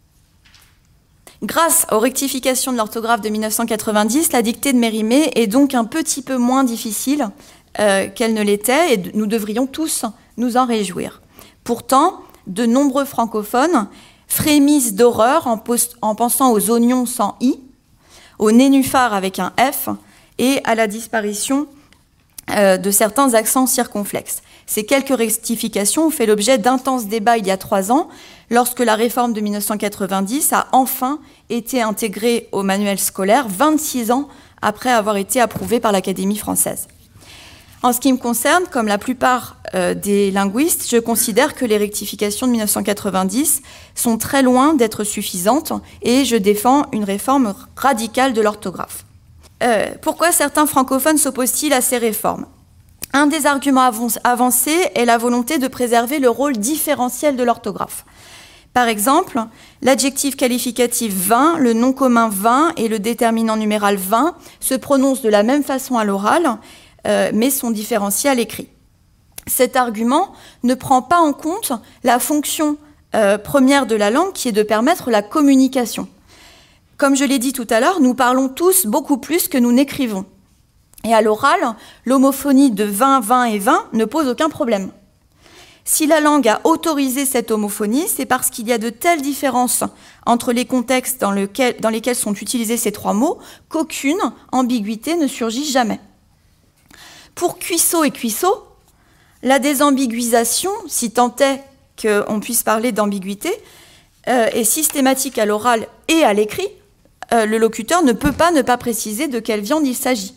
Grâce aux rectifications de l'orthographe de 1990, la dictée de Mérimée est donc un petit peu moins difficile qu'elle ne l'était, et nous devrions tous nous en réjouir. Pourtant, de nombreux francophones frémissent d'horreur en pensant aux oignons sans i, aux nénuphars avec un f, et à la disparition de certains accents circonflexes. Ces quelques rectifications ont fait l'objet d'intenses débats il y a 3 ans, lorsque la réforme de 1990 a enfin été intégrée au manuel scolaire, 26 ans après avoir été approuvée par l'Académie française. En ce qui me concerne, comme la plupart des linguistes, je considère que les rectifications de 1990 sont très loin d'être suffisantes et je défends une réforme radicale de l'orthographe. Pourquoi certains francophones s'opposent-ils à ces réformes ? Un des arguments avancés est la volonté de préserver le rôle différentiel de l'orthographe. Par exemple, l'adjectif qualificatif 20, le nom commun 20 et le déterminant numéral 20 se prononcent de la même façon à l'oral, mais sont différenciés à l'écrit. Cet argument ne prend pas en compte la fonction première de la langue qui est de permettre la communication. Comme je l'ai dit tout à l'heure, nous parlons tous beaucoup plus que nous n'écrivons. Et à l'oral, l'homophonie de 20, 20 et 20 ne pose aucun problème. Si la langue a autorisé cette homophonie, c'est parce qu'il y a de telles différences entre les contextes dans lesquels sont utilisés ces 3 mots qu'aucune ambiguïté ne surgit jamais. Pour cuisseau et cuisseau, la désambiguisation, si tant est qu'on puisse parler d'ambiguïté, est systématique à l'oral et à l'écrit. Le locuteur ne peut pas ne pas préciser de quelle viande il s'agit.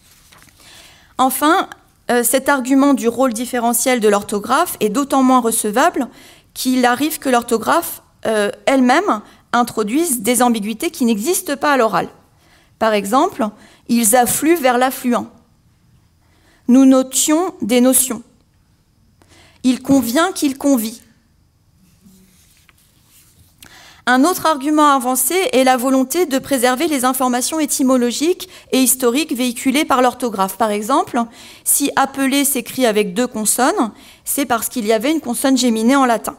Enfin, cet argument du rôle différentiel de l'orthographe est d'autant moins recevable qu'il arrive que l'orthographe elle-même introduise des ambiguïtés qui n'existent pas à l'oral. Par exemple, ils affluent vers l'affluent. Nous notions des notions. Il convient qu'il convie. Un autre argument avancé est la volonté de préserver les informations étymologiques et historiques véhiculées par l'orthographe. Par exemple, si appeler s'écrit avec 2 consonnes, c'est parce qu'il y avait une consonne géminée en latin.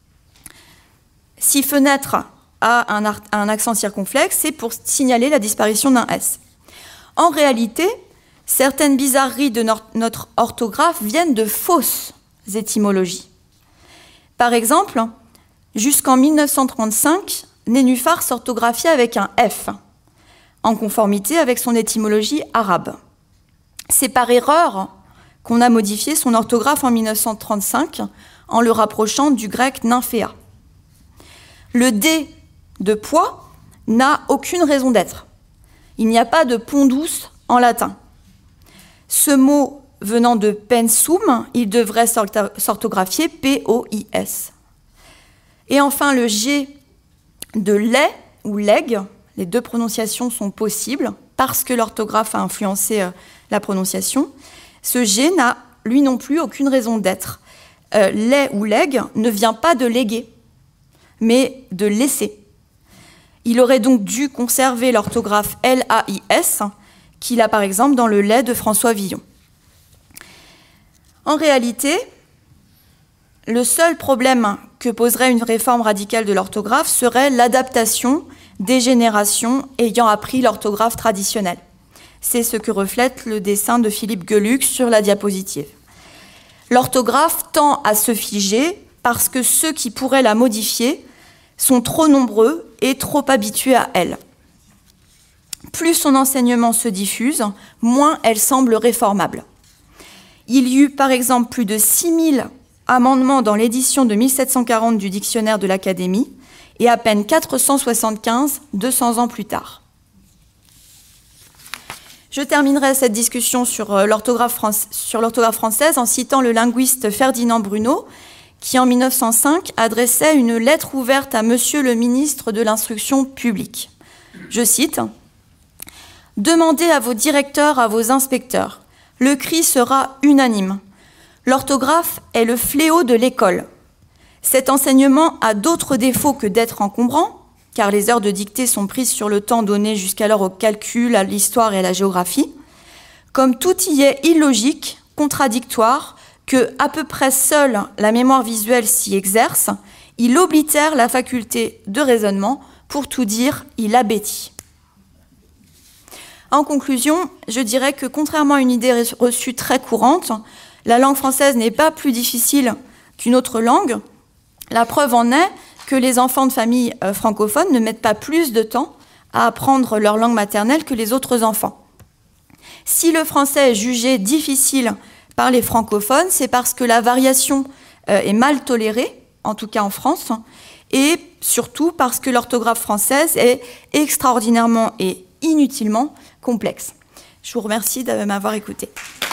Si fenêtre a un accent circonflexe, c'est pour signaler la disparition d'un S. En réalité, certaines bizarreries de notre orthographe viennent de fausses étymologies. Par exemple, jusqu'en 1935, nénuphar s'orthographiait avec un F, en conformité avec son étymologie arabe. C'est par erreur qu'on a modifié son orthographe en 1935 en le rapprochant du grec nymphéa. Le D de poids n'a aucune raison d'être. Il n'y a pas de pont douce en latin. Ce mot venant de pensum, il devrait s'orthographier P-O-I-S. Et enfin, le G de lait ou leg, les 2 prononciations sont possibles parce que l'orthographe a influencé la prononciation. Ce G n'a, lui non plus, aucune raison d'être. Lait ou leg ne vient pas de léguer, mais de laisser. Il aurait donc dû conserver l'orthographe L-A-I-S, qu'il a par exemple dans le lait de François Villon. En réalité, le seul problème que poserait une réforme radicale de l'orthographe serait l'adaptation des générations ayant appris l'orthographe traditionnelle. C'est ce que reflète le dessin de Philippe Gueluc sur la diapositive. L'orthographe tend à se figer parce que ceux qui pourraient la modifier sont trop nombreux et trop habitués à elle. Plus son enseignement se diffuse, moins elle semble réformable. Il y eut par exemple plus de 6000 amendements dans l'édition de 1740 du dictionnaire de l'Académie et à peine 475 200 ans plus tard. Je terminerai cette discussion sur l'orthographe française en citant le linguiste Ferdinand Bruno, qui en 1905 adressait une lettre ouverte à Monsieur le ministre de l'Instruction publique. Je cite « Demandez à vos directeurs, à vos inspecteurs. Le cri sera unanime. L'orthographe est le fléau de l'école. Cet enseignement a d'autres défauts que d'être encombrant, car les heures de dictée sont prises sur le temps donné jusqu'alors au calcul, à l'histoire et à la géographie. Comme tout y est illogique, contradictoire, que à peu près seule la mémoire visuelle s'y exerce, il oblitère la faculté de raisonnement, pour tout dire, il abétit. » En conclusion, je dirais que contrairement à une idée reçue très courante, la langue française n'est pas plus difficile qu'une autre langue. La preuve en est que les enfants de familles francophones ne mettent pas plus de temps à apprendre leur langue maternelle que les autres enfants. Si le français est jugé difficile par les francophones, c'est parce que la variation est mal tolérée, en tout cas en France, et surtout parce que l'orthographe française est extraordinairement et inutilement complexe. Je vous remercie de m'avoir écouté.